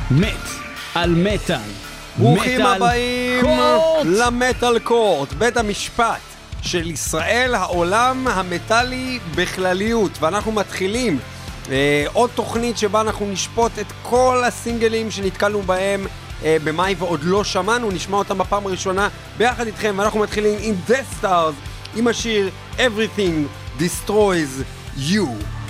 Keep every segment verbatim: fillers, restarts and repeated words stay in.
מת על מטל. ברוכים הבאים למטל קורט, בית המשפט של ישראל, העולם המטלי בכלליות. ואנחנו מתחילים אה, עוד תוכנית שבה אנחנו נשפוט את כל הסינגלים שנתקלנו בהם אה, במאי ועוד לא שמענו, נשמע אותם בפעם הראשונה ביחד איתכם. ואנחנו מתחילים עם Death Stars עם השיר Everything Destroys You.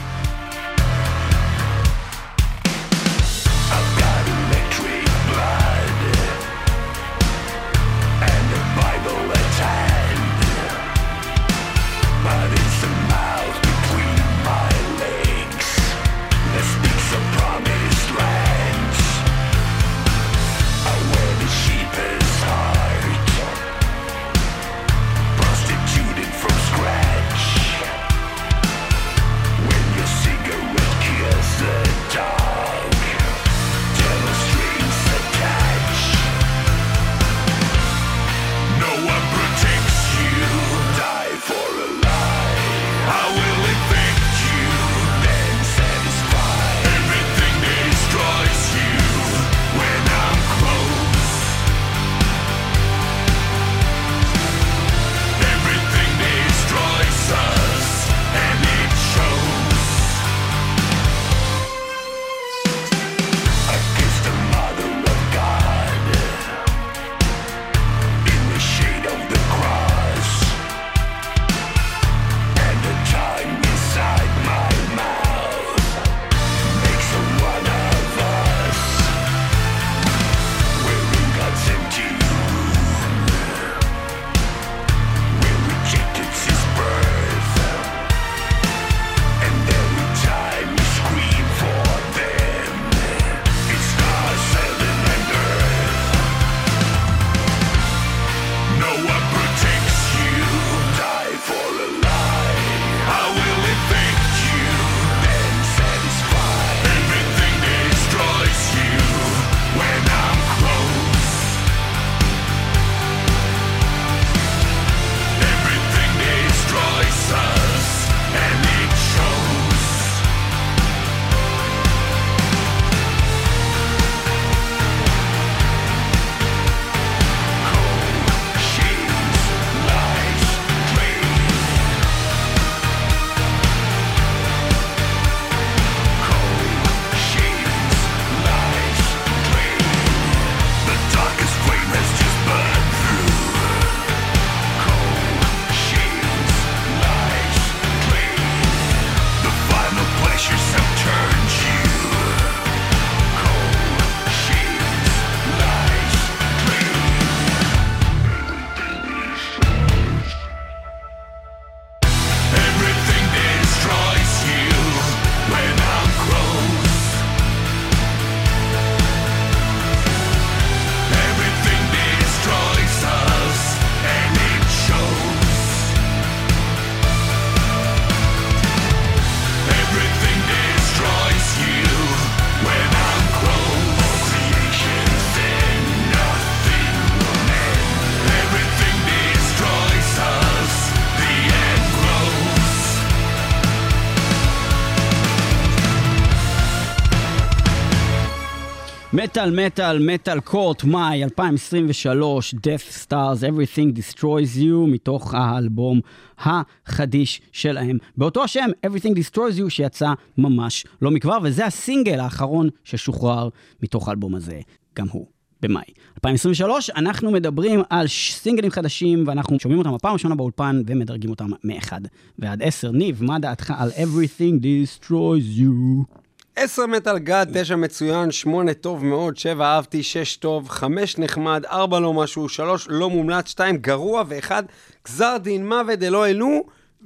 מטל מטל מטל קורט מאי אלפיים עשרים ושלוש, Death Stars Everything Destroys You, מתוך האלבום החדיש שלהם באותו השם, Everything Destroys You, שיצא ממש לא מכבר, וזה הסינגל האחרון ששוחרר מתוך האלבום הזה גם הוא במאי אלפיים עשרים ושלוש. אנחנו מדברים על סינגלים חדשים ואנחנו שומעים אותם הפעם ראשונה באולפן ומדרגים אותם מאחד ועד עשר. ניב, מה דעתך על Everything Destroys You? עשר מטל גד, תשע מצוין, שמונה טוב מאוד, שבע אהבתי, שש טוב, חמש נחמד, ארבע לא משהו, שלוש לא מומלץ, שתיים גרוע, ואחד גזר דין מוות דלא אלו,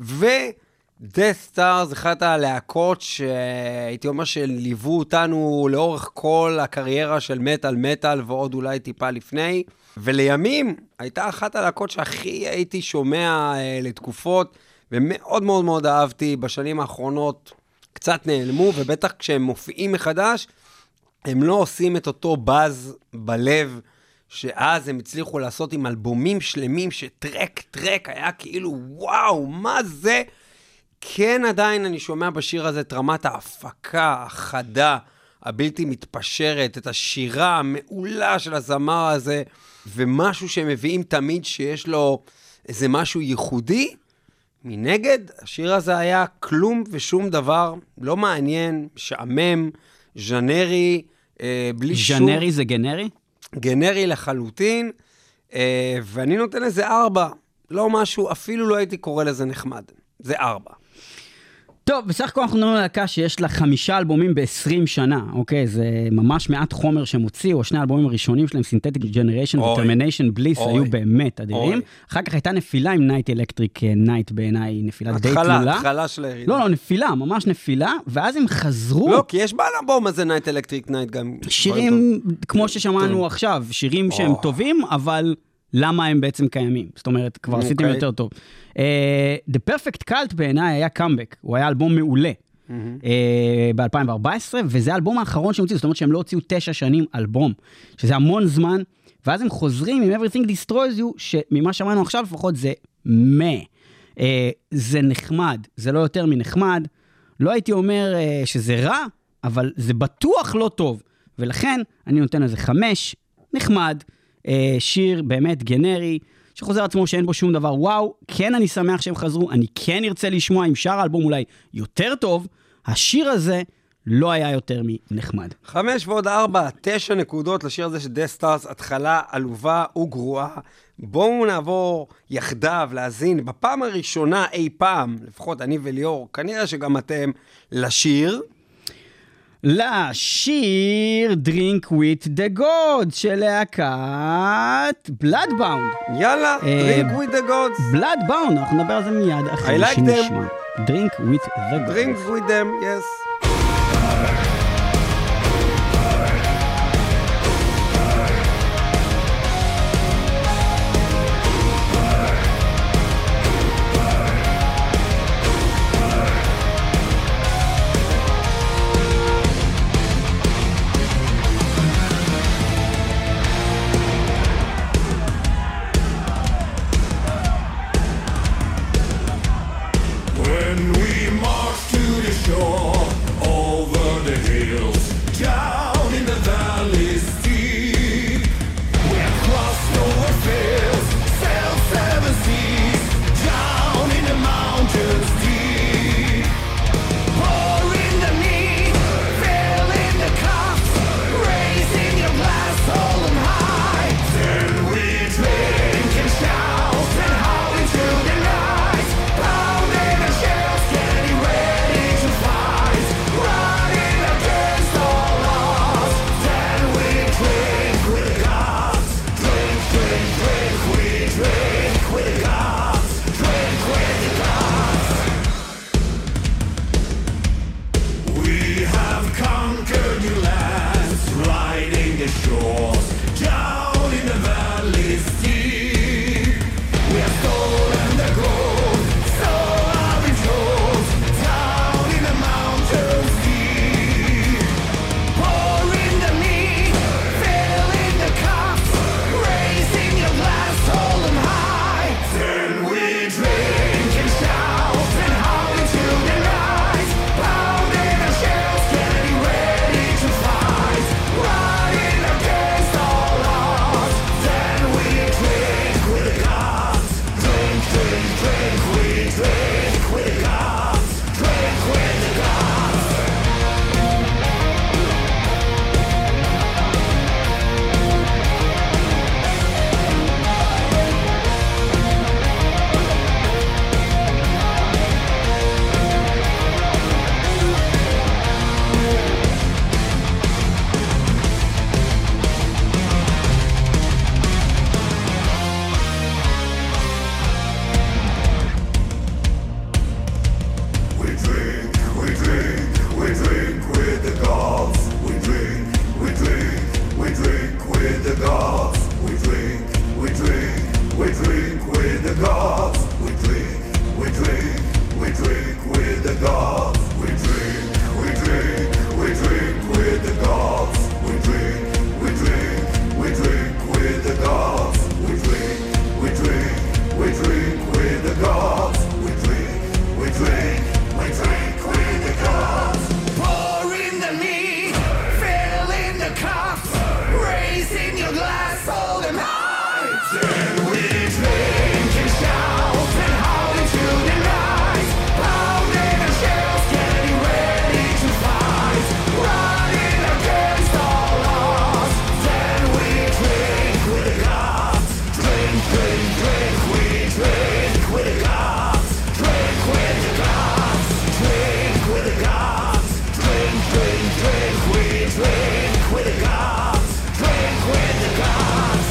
ו-Death Stars, אחת הלהקות שהייתי אומר שליוו אותנו לאורך כל הקריירה של מטל מטל, ועוד אולי טיפה לפני, ולימים הייתה אחת הלהקות שהכי הייתי שומע אה, לתקופות, ומאוד מאוד מאוד אהבתי בשנים האחרונות, קצת נעלמו, ובטח כשהם מופיעים מחדש, הם לא עושים את אותו באז בלב, שאז הם הצליחו לעשות עם אלבומים שלמים, שטרק טרק היה כאילו, וואו, מה זה? כן, עדיין אני שומע בשיר הזה את רמת ההפקה, החדה, הבלתי מתפשרת, את השירה המעולה של הזמר הזה, ומשהו שהם מביאים תמיד שיש לו איזה משהו ייחודי, מנגד, השיר הזה היה כלום ושום דבר, לא מעניין, שעמם, ז'נרי, אה, בלי שום... ז'נרי זה גנרי? גנרי לחלוטין, אה, ואני נותן לזה ארבע, לא משהו, אפילו לא הייתי קורא לזה נחמד, זה ארבע. טוב, בסך הכל אנחנו מדברים על להקה שיש לה חמישה אלבומים ב-עשרים שנה, אוקיי? זה ממש מעט חומר שהם הוציאו, שני האלבומים הראשונים שלהם, Synthetic Generation ו-Termination Bliss, היו באמת אדירים. אחר כך הייתה נפילה עם Night Electric Night בעיניי, נפילה די תלולה. התחלה, התחלה של הירידה. לא, לא, נפילה, ממש נפילה, ואז הם חזרו... לא, כי יש באלבום הזה Night Electric Night גם... שירים, כמו ששמענו עכשיו, שירים שהם טובים, אבל... למה הם בעצם קיימים? זאת אומרת, כבר okay. עשיתם יותר טוב. Uh, The Perfect Cult בעיניי היה קאמבק, הוא היה אלבום מעולה mm-hmm. uh, ב-אלפיים וארבע עשרה, וזה האלבום האחרון שהם הוציאו, זאת אומרת שהם לא הוציאו תשע שנים אלבום, שזה המון זמן, ואז הם חוזרים עם Everything Destroys You, שממה שמענו עכשיו לפחות זה מה. Uh, זה נחמד, זה לא יותר מנחמד, לא הייתי אומר uh, שזה רע, אבל זה בטוח לא טוב, ולכן אני נותן לזה חמש, נחמד, שיר באמת גנרי, שחוזר עצמו שאין בו שום דבר, וואו, כן אני שמח שהם חזרו, אני כן ארצה לשמוע עם שאר האלבום אולי יותר טוב, השיר הזה לא היה יותר מנחמד. חמש ועוד ארבע, תשע נקודות לשיר הזה של Death Stars, התחלה עלובה וגרועה. בואו נעבור יחדיו להזין בפעם הראשונה אי פעם, לפחות אני וליאור, כנראה שגם אתם, לשיר... לשיר Drink with the Gods של להקת Bloodbound. יאללה, Drink with the Gods. Bloodbound, אנחנו נדבר על זה מיד אחרי like שנשמע. Drink with the Gods. Drink with them, yes. When we march to the shore cups, raising your glass, hold them high. Then we drink and shout and howl into the night, pounding our shells, getting ready to fight, running against all odds. Then we drink with the gods, drink, drink, drink, we drink with the gods, drink with the gods, drink with the gods, drink, drink, drink, we drink with the gods, drink with the gods.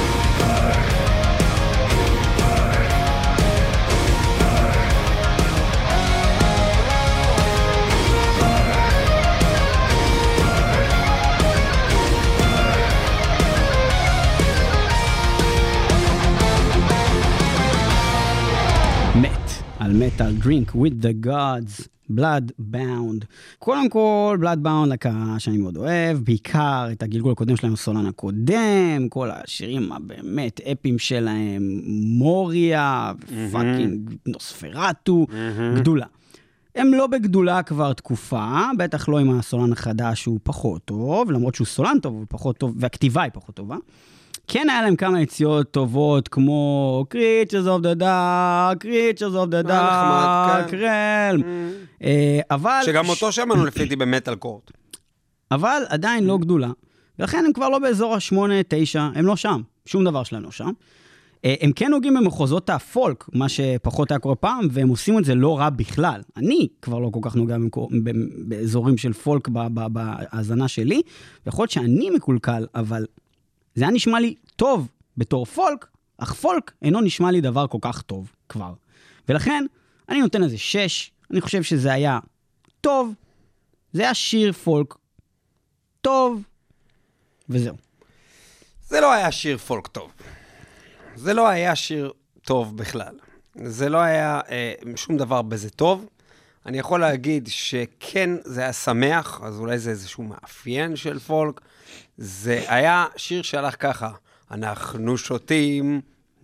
מת על מטל, Drink with the Gods, Bloodbound. קודם כל, Bloodbound להקה שאני מאוד אוהב, בעיקר את הגלגול הקודם שלהם, הסולן הקודם, כל השירים הבאמת אפים שלהם, מוריה, פאקינג נוספרטו, גדולה. הם לא בגדולה כבר תקופה, בטח לא עם הסולן החדש שהוא פחות טוב, למרות שהוא סולן טוב, הוא פחות טוב, והכתיבה היא פחות טובה. כן היה להם כמה יציאות טובות, כמו Creatures of the Dark, Creatures of the Dark, Realm. אבל... שגם אותו שמענו לפי במטל קורט. אבל עדיין לא גדולה. ולכן הם כבר לא באזור השמונה, תשע, הם לא שם. שום דבר שלהם לא שם. הם כן נוגעים במחוזות הפולק, מה שפחות היה קורה פעם, והם עושים את זה לא רע בכלל. אני כבר לא כל כך נוגע באזורים של פולק בהאזנה שלי, ויכול להיות שאני מקולקל, אבל... זה היה נשמע לי טוב בתור פולק, אך פולק אינו נשמע לי דבר כל כך טוב כבר. ולכן, אני נותן לזה שש, אני חושב שזה היה טוב, זה היה שיר פולק טוב, וזהו. זה לא היה שיר פולק טוב. זה לא היה שיר טוב בכלל. זה לא היה אה, שום דבר בזה טוב. אני יכול להגיד שכן, זה היה שמח, אז אולי זה איזשהו מאפיין של פולק. זה היה שיר שהלך ככה, אנחנו שותים,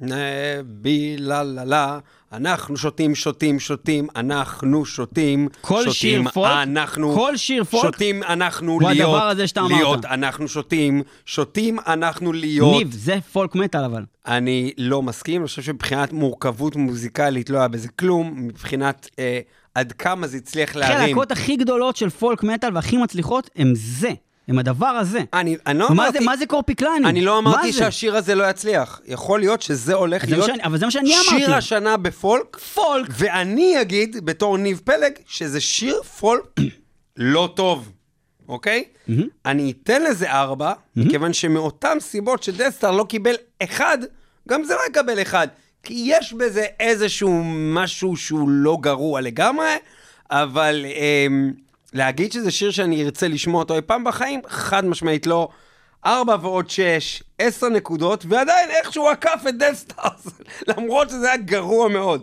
בי לה לה לה, אנחנו שותים, שותים, שותים, אנחנו שותים, כל שותים, שיר פולק, אנחנו, כל שיר פולק, שותים, אנחנו הוא להיות, הדבר הזה שאתה אמרת. להיות, אנחנו שותים, שותים, אנחנו להיות. ניב, זה פולק מטל אבל. אני לא מסכים, אני חושב שבבחינת מורכבות מוזיקלית לא היה בזה כלום, מבחינת אה, עד כמה זה הצליח להרים. כן, הלהקות הכי גדולות של פולק מטל והכי מצליחות הם זה. עם הדבר הזה. אני, אני לא מה אמרתי... זה, מה זה קורפיקלני? אני לא אמרתי שהשיר הזה לא יצליח. יכול להיות שזה הולך להיות... שאני, אבל זה מה שאני אמרתי. שיר השנה בפולק. פולק. ואני אגיד, בתור ניב פלג, שזה שיר פולק לא טוב. אוקיי? Mm-hmm. אני אתן לזה ארבע, mm-hmm. מכיוון שמאותם סיבות שדסטאר לא קיבל אחד, גם זה לא יקבל אחד. כי יש בזה איזשהו משהו שהוא לא גרוע לגמרי, אבל... אמ, להגיד שזה שיר שאני ארצה לשמוע אותו אי פעם בחיים, חד משמעית לא. ארבע ועוד שש, עשר נקודות, ועדיין איכשהו עקף את דסטארס, למרות שזה היה גרוע מאוד.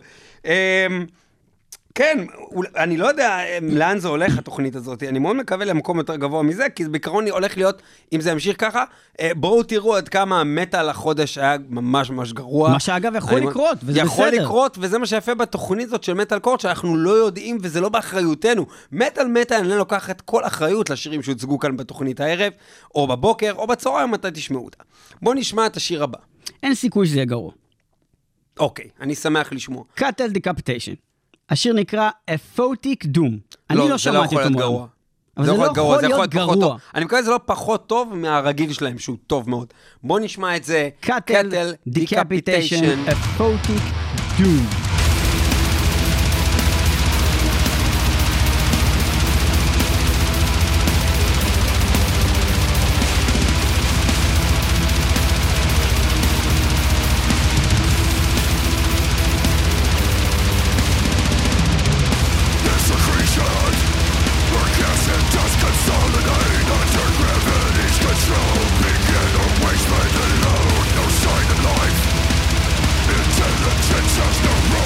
כן, אני לא יודע לאן זה הולך התוכנית הזאת, אני מאוד מקווה למקום יותר גבוה מזה, כי בעיקרון הולך להיות, אם זה ימשיך ככה, בואו תראו עד כמה המטל החודש היה ממש ממש גרוע. מה שאגב יכול לקרות, וזה בסדר. יכול לקרות, וזה מה שיפה בתוכנית הזאת של מטל קורט, שאנחנו לא יודעים, וזה לא באחריותנו. מטל מטל, אני לוקח את כל אחריות לשירים שהוצגו כאן בתוכנית הערב, או בבוקר, או בצהריים, מתי תשמעו אותה. בואו נשמע את השיר הבא. אין סיכוי שזה יהיה גרוע. אוקיי, אני שמח לשמוע. Cattle Decapitation. השיר נקרא A Photic Doom. אני לא שמעתי אותו מאוד. אבל זה לא יכול להיות גרוע. אני מקווה שזה לא פחות טוב מהרגיל שלהם, שהוא טוב מאוד. בוא נשמע את זה. Cattle Decapitation, A Photic Doom. Intelligence has no right.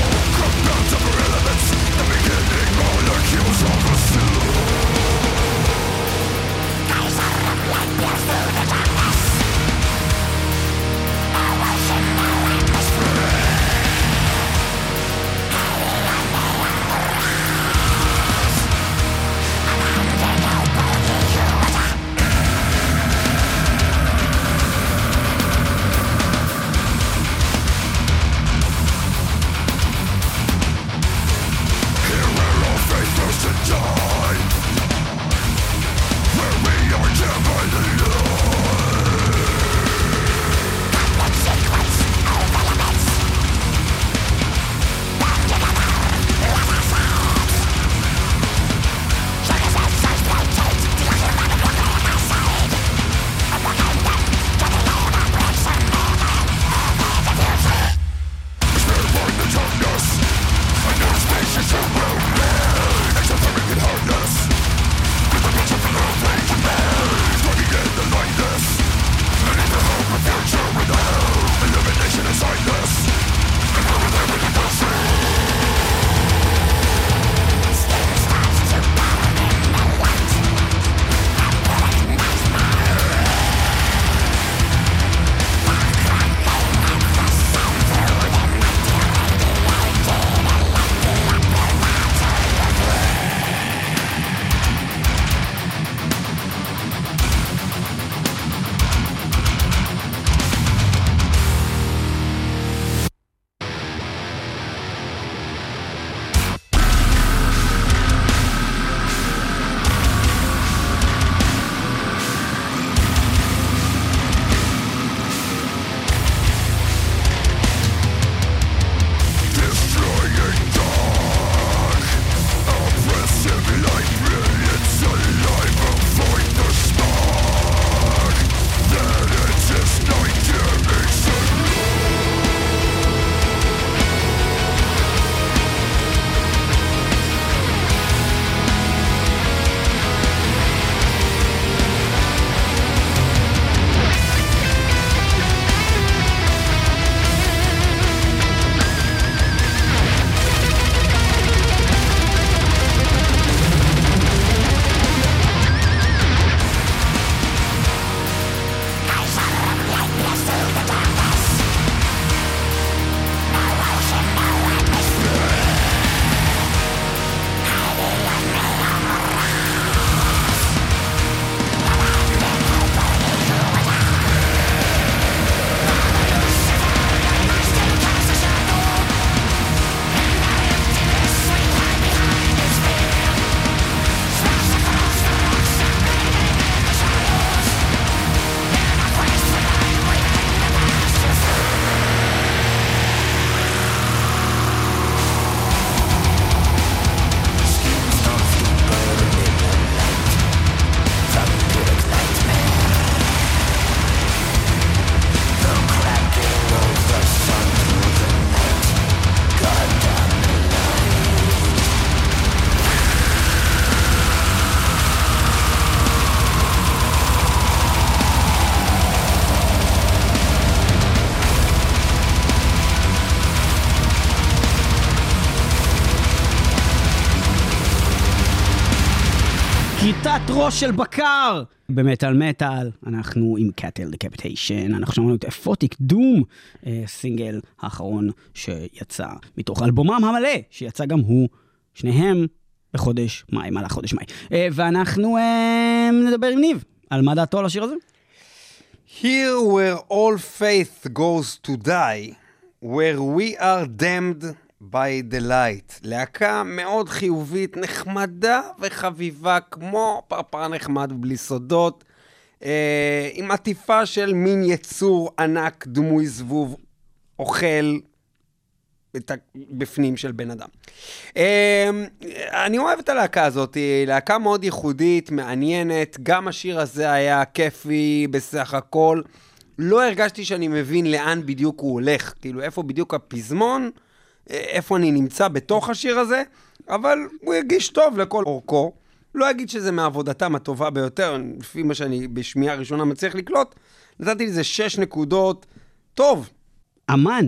קריצת ראש של בקר. במטל מטל, אנחנו עם קאטל דקפיטיישן, אנחנו שמענו את אפוטיק דום, סינגל האחרון שיצא מתוך אלבומם המלא, שיצא גם הוא, שניהם בחודש מאי, מעלה חודש מאי. ואנחנו נדבר עם ניב, על מה דעתו על השיר הזה? Here where all faith goes to die, where we are damned by the light. להקה מאוד חיובית, נחמדה וחביבה, כמו פרפר נחמד ובלי סודות, אה, עם עטיפה של מין יצור ענק, דמוי זבוב, אוכל את בפנים של בן אדם. אה, אני אוהב את הלהקה הזאת, להקה מאוד ייחודית, מעניינת, גם השיר הזה היה כיפי בסך הכל, לא הרגשתי שאני מבין לאן בדיוק הוא הולך, כאילו איפה בדיוק הפזמון, איפה אני נמצא בתוך השיר הזה, אבל הוא יגיש טוב לכל אורכו. לא אגיד שזה מעבודתם הטובה ביותר, לפי מה שאני בשמיעה ראשונה מצליח לקלוט, נתתי לזה שש נקודות, טוב. אמן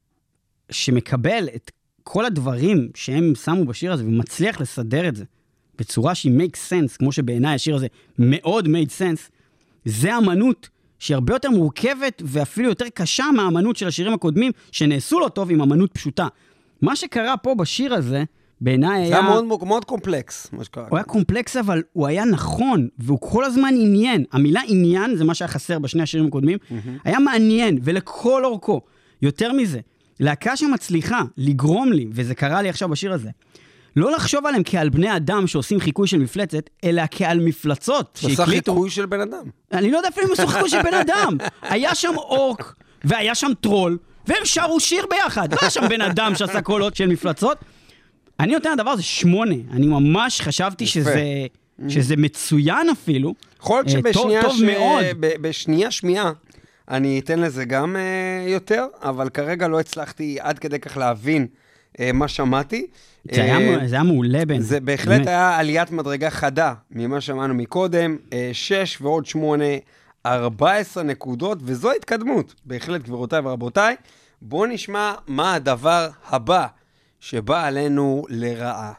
שמקבל את כל הדברים שהם שמו בשיר הזה, ומצליח לסדר את זה בצורה שהיא make sense, כמו שבעיניי השיר הזה מאוד made sense, זה אמנות שהיא הרבה יותר מורכבת ואפילו יותר קשה מהאמנות של השירים הקודמים שנעשו לו טוב עם אמנות פשוטה. מה שקרה פה בשיר הזה, בעיניי היה... זה היה מאוד, מאוד קומפלקס, מה שקרה. הוא היה קומפלקס, אבל הוא היה נכון, והוא כל הזמן עניין. המילה עניין, זה מה שהיה חסר בשני השירים הקודמים, mm-hmm. היה מעניין, ולכל אורכו. יותר מזה, להקה שמצליחה לגרום לי, וזה קרה לי עכשיו בשיר הזה, לא לחשוב עליהם כעל בני אדם שעושים חיקוי של מפלצת, אלא כעל מפלצות שהקליטו. עושה חיקוי של בן אדם. אני לא יודע אפילו אם עשו חיקוי של בן אדם. היה שם אורק, והיה שם טרול, והם שרו שיר ביחד. לא היה שם בן אדם שעשה קולות של מפלצות. אני נותן לדבר הזה שמונה. אני ממש חשבתי שזה, שזה מצוין אפילו. יכול להיות שבשנייה טוב, טוב ש... מאוד. בשנייה שמיעה, אני אתן לזה גם uh, יותר, אבל כרגע לא הצלחתי עד כדי כך להבין uh, מה שמעתי. זה היה, זה היה מעולה בין. זה בהחלט באמת. היה עליית מדרגה חדה ממה שמענו מקודם, שש ועוד שמונה, ארבע עשרה נקודות, וזו התקדמות, בהחלט גבירותיי ורבותיי. בואו נשמע מה הדבר הבא שבא עלינו לרעה.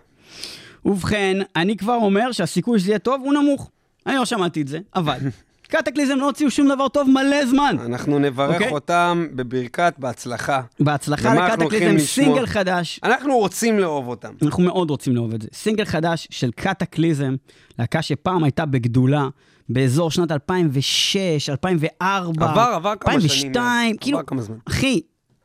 ובכן, אני כבר אומר שהסיכוי שזה יהיה טוב הוא נמוך. אני לא שמעתי את זה, אבל... קטקליזם לא הוציאו שום דבר טוב מלא זמן. אנחנו נברך okay. אותם בברכת בהצלחה. בהצלחה לקטקליזם, סינגל חדש. אנחנו רוצים לאהוב אותם. אנחנו מאוד רוצים לאהוב את זה. סינגל חדש של קטקליזם, להקה שפעם הייתה בגדולה, באזור שנת אלפיים ושש, אלפיים וארבע, עבר, עבר כמה אלפיים ושתיים, שנים. כאילו, עבר כמה זמן. אחי,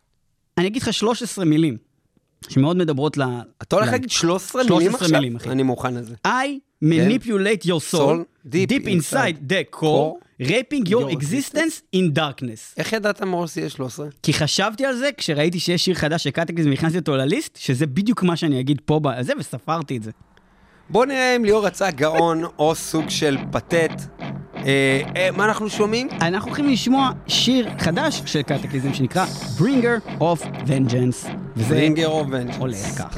אני אגיד לך שלוש עשרה מילים, שמאוד מדברות ל... אתה הולך להגיד שלוש עשרה מילים עכשיו? מילים, אחי. אני מוכן לזה. I manipulate your soul, deep, deep inside the core, raping your existence in darkness. איך ידעת מורסי יש שלוש עשרה? כי חשבתי על זה כשראיתי שיש שיר חדש שקטקליזם והכנסתי אותו לליסט, שזה בדיוק מה שאני אגיד פה בזה, וספרתי את זה. בוא נראה אם ליאור רצה גאון או סוג של פטט. אה, אה, מה אנחנו שומעים? אנחנו הולכים לשמוע שיר חדש של קטקליזם שנקרא Bringer of Vengeance. וזה Bringer of Vengeance. הולך ככה.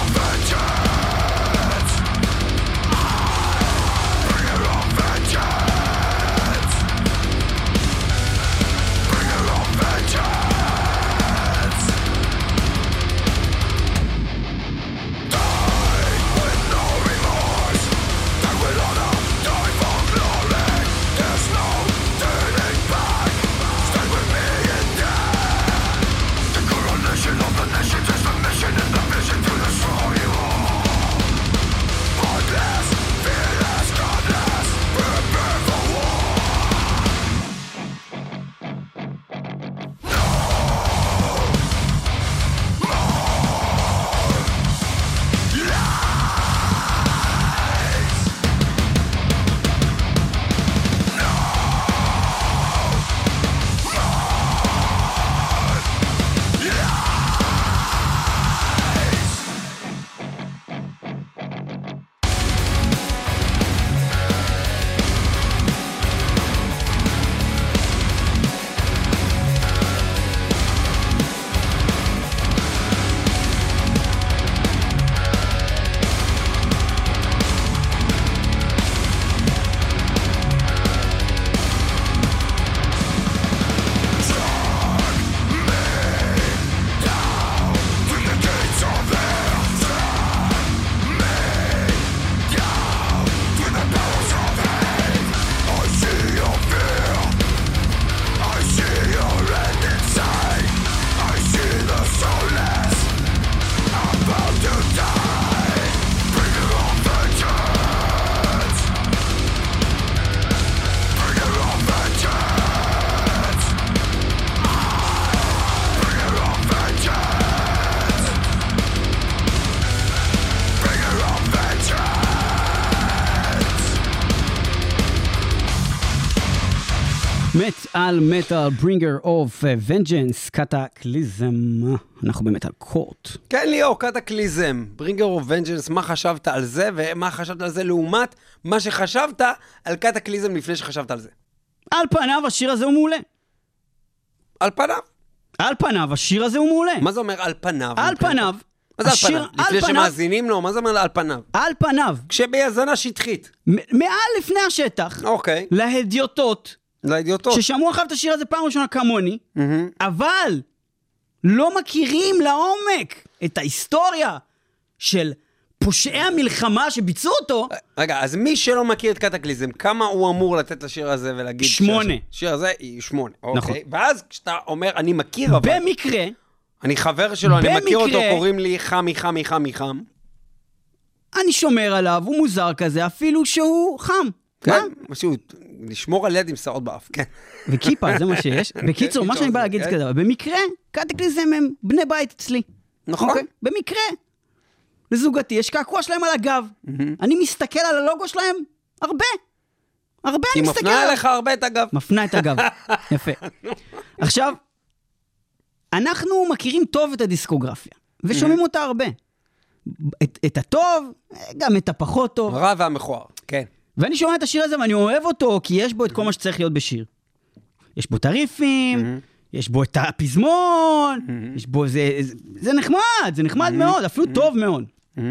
Vengeance! מטאל מטאל, Bringer of Vengeance, קטקליזם. אנחנו במטאל קורט. כן, ליאור, קטקליזם, Bringer of Vengeance, מה חשבת על זה, ומה חשבת על זה לעומת מה שחשבת על קטקליזם לפני שחשבת על זה? על פניו השיר הזה הוא מעולה. על פניו? על פניו השיר הזה הוא מעולה. מה זה אומר על פניו? על פניו. מה זה על השיר- פניו? על לפני פניו- שמאזינים לו, מה זה אומר על פניו? על פניו. כשביזנה שטחית. מ- מעל לפני השטח. אוקיי. להדיוטות. לאידיוטות. ששמעו אחריו את השיר הזה פעם ראשונה כמוני, אבל לא מכירים לעומק את ההיסטוריה של פושעי המלחמה שביצעו אותו. רגע, אז מי שלא מכיר את קטקליזם, כמה הוא אמור לתת לשיר הזה ולהגיד... שמונה. שיר הזה היא שמונה. נכון. אוקיי. ואז כשאתה אומר, אני מכיר אבל... במקרה, אני חבר שלו, אני מכיר אותו, במקרה- קוראים לי חמי, חמי, חמי, חם. אני שומר עליו, הוא מוזר כזה, אפילו שהוא חם. כן? מה? משהו, לשמור על יד עם שערות באף, כן. וכיפה, זה מה שיש. בקיצור, מה שאני בא זה, להגיד זה כן. כזה, אבל במקרה, קטקליזם הם בני בית אצלי. נכון. אוקיי? במקרה, לזוגתי, יש קעקוע שלהם על הגב. אני מסתכל על הלוגו שלהם הרבה. הרבה היא אני מסתכל מפנה עליו. אליך הרבה את הגב. מפנה את הגב. יפה. עכשיו, אנחנו מכירים טוב את הדיסקוגרפיה, ושומעים אותה הרבה. את, את הטוב, גם את הפחות טוב. הרע והמכוער, כן. ואני שומע את השיר הזה ואני אוהב אותו, כי יש בו את כל מה שצריך להיות בשיר. יש בו טריפים, יש בו את הפזמון, יש בו, זה, זה, זה נחמד, זה נחמד מאוד, אפילו טוב מאוד.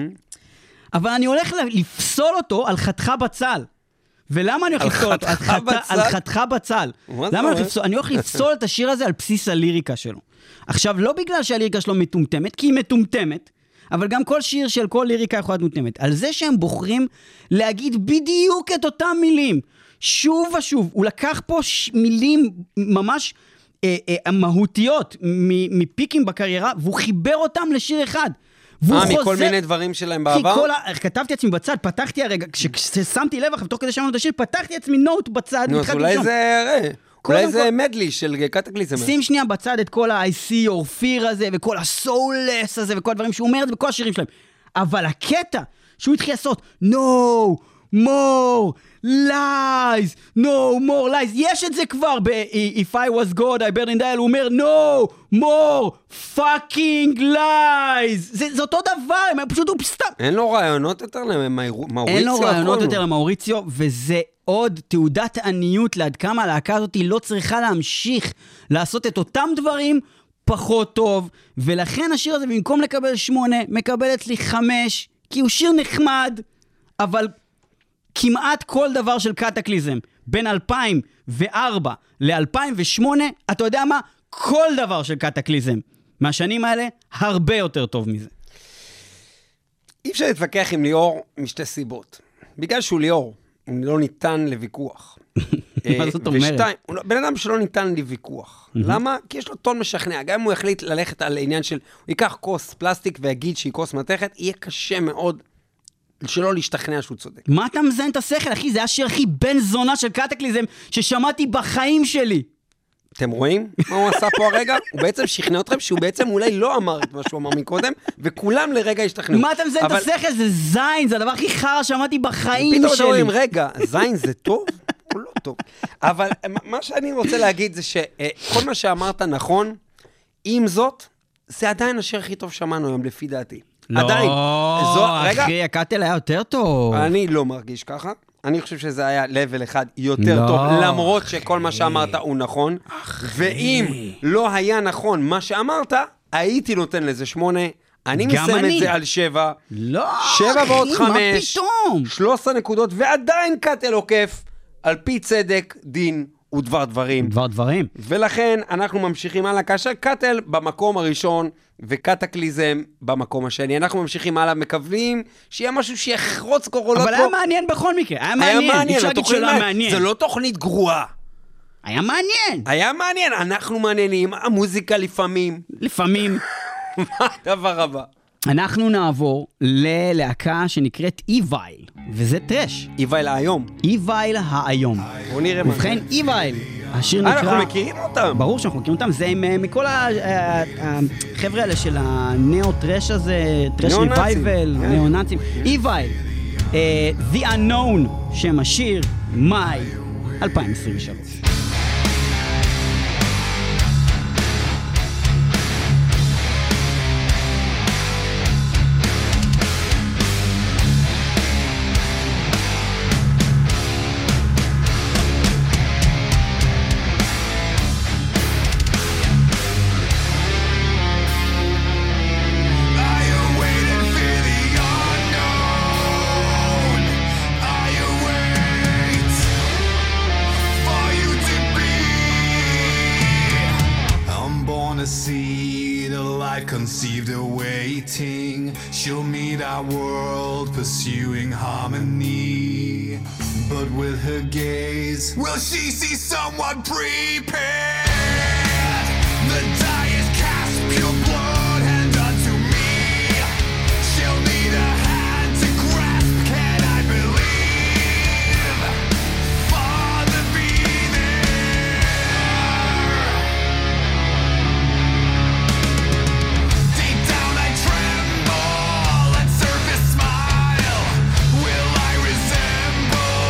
אבל אני הולך לפסול אותו על חתך בצל. ולמה אני הולך על לפסול אותו? על חתך חת- בצל? על חתך בצל. מה זה למה אני הולך אומר? לפסול? אני הולך לפסול את השיר הזה על בסיס הליריקה שלו. עכשיו, לא בגלל שהליריקה שלו מטומטמת, כי היא מטומטמת, אבל גם כל שיר של כל ליריקה יכולה להיות מטומטמת. על זה שהם בוחרים להגיד בדיוק את אותם מילים, שוב ושוב. הוא לקח פה ש- מילים ממש אה, אה, מהותיות מ- מפיקים בקריירה, והוא חיבר אותם לשיר אחד. והוא אה, מכל חוזר- מיני דברים שלהם כי בעבר? כל ה... כתבתי עצמי בצד, פתחתי הרגע, כששמתי לב אחרי, תוך כדי שמענו את השיר, פתחתי עצמי נוט בצד, נו, אז והתחלתי אולי לשאול. זה, ראה, קודם אולי זה כל- מדלי של קטקליזם. שים שנייה בצד את כל ה-I see your fear הזה, וכל ה-soulless הזה, וכל הדברים שהוא אומר את זה בכל השירים שלהם. אבל הקטע שהוא התחיל לעשות, no more lies, no more lies, יש את זה כבר ב-If I was God, I burn in dial, הוא אומר, no more fucking lies. זה, זה אותו דבר, הם פשוט, הוא סתם. אין לו רעיונות יותר למאוריציו? אין לו רעיונות הכל? יותר למאוריציו, וזה עוד תעודת עניות לעד כמה הלהקה הזאת לא צריכה להמשיך לעשות את אותם דברים פחות טוב, ולכן השיר הזה במקום לקבל שמונה, מקבל אצלי חמש, כי הוא שיר נחמד, אבל כמעט כל דבר של קטקליזם, בין אלפיים וארבע ל-אלפיים ושמונה, אתה יודע מה? כל דבר של קטקליזם מהשנים האלה הרבה יותר טוב מזה. אי אפשר להתווכח עם ליאור משתי סיבות. בגלל שהוא ליאור, הוא לא ניתן לוויכוח. מה זאת אומרת? ושתיים, הוא לא- בן אדם שלא ניתן לוויכוח. למה? כי יש לו טון משכנע. גם אם הוא יחליט ללכת על העניין של, הוא ייקח כוס פלסטיק ויגיד שהיא כוס מתכת, יהיה קשה מאוד שלא להשתכנע שהוא צודק. מה אתה מזיין את השכל, אחי? זה השיר הכי בן זונה של קטקליזם ששמעתי בחיים שלי. אתם רואים מה הוא עשה פה הרגע? הוא בעצם שכנע אתכם שהוא בעצם אולי לא אמר את מה שהוא אמר מקודם, וכולם לרגע השתכנעו. מה אתה מזיין את אבל השכל? זה זין, זה הדבר הכי חרא שמעתי בחיים פתאום אתם שלי. אומרים, רגע, זין זה טוב? הוא לא טוב. אבל מה שאני רוצה להגיד זה שכל מה שאמרת נכון, עם זאת, זה עדיין השיר הכי טוב שמענו היום, לפי דעתי. עדיין. זו- לא, רגע, אחי, הקאטל היה יותר טוב. אני לא מרגיש ככה. אני חושב שזה היה לבל אחד יותר לא, טוב, למרות שכל מה שאמרת הוא נכון. ואם לא היה נכון מה שאמרת, הייתי נותן לזה שמונה. אני גם מסיים אני. את זה על שבע. לא, שבע אחי, ועוד מה חמש. פתאום? שלוש עשרה נקודות, ועדיין קאטל עוקף, על פי צדק, דין ודבר דברים. דבר דברים. ולכן אנחנו ממשיכים הלאה, כאשר קאטל במקום הראשון, וקטקליזם במקום השני. אנחנו ממשיכים הלאה, מקווים שיהיה משהו שיחרוץ קורולות אבל פה. היה מעניין בכל מקרה, היה היה מעניין. אי מעניין, אפשר להגיד התוכנית שלא היה מעניין. מעניין. זה לא תוכנית גרועה. היה מעניין. היה מעניין, אנחנו מעניינים, המוזיקה לפעמים. לפעמים. מה הדבר הבא? אנחנו נעבור ללהקה שנקראת איווייל, וזה טרש. איווייל היום. איווייל האיום. בואו נראה מה. ובכן, איווייל, השיר נקרא... אנחנו מכירים אותם. ברור שאנחנו מכירים אותם, זה עם, אה, מכל ה- ה- החבר'ה האלה של הנאו-טרש הזה, טרש ניאו-נאצים, ריווייבל, כן. ניאו-נאצים. איווייל, אה, The Unknown, שם השיר, מאי אלפיים עשרים ושלוש. conceived awaiting. She'll meet our world pursuing harmony. But with her gaze, will she see someone prepared? The die is cast, pure blood, hand unto me. She'll need a hand to grasp, can I believe? Father, be there. Deep down I tremble, at surface smile. Will I resemble?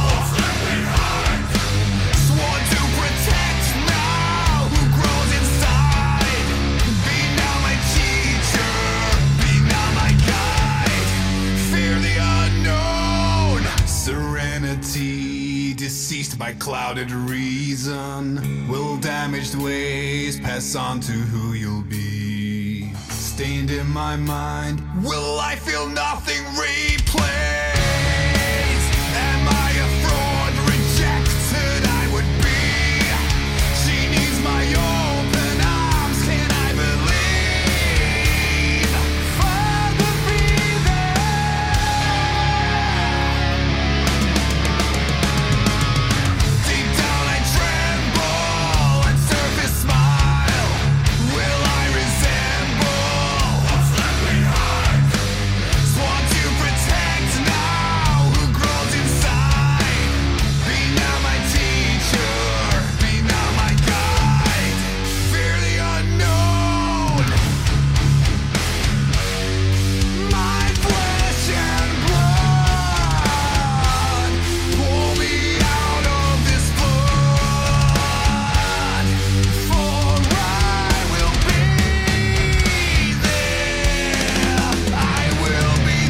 Sworn to protect now, who grows inside. Be now my teacher, be now my guide. Fear the unknown, serenity deceased by clouded reason. Will damaged ways pass on to who you'll be? Stained in my mind, will I feel nothing replaced? Am I a fraud, rejected I would be? She needs my open arms, can I believe? Father, be there. Deep down I tremble, at surface smile. Will I resemble? Sworn to protect now, who grows inside. Be now my teacher, be now my guide. Fear the unknown. My flesh and blood, pull me out of this flood. For I will be there. I will be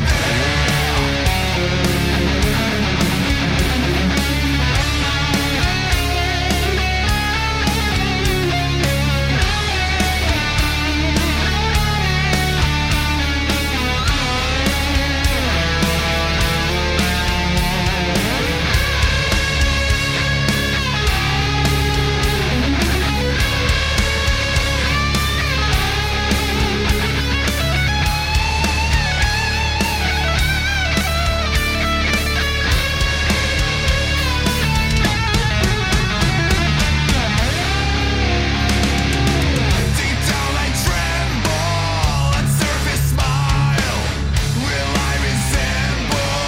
Deep down I tremble, at surface smile. Will I resemble?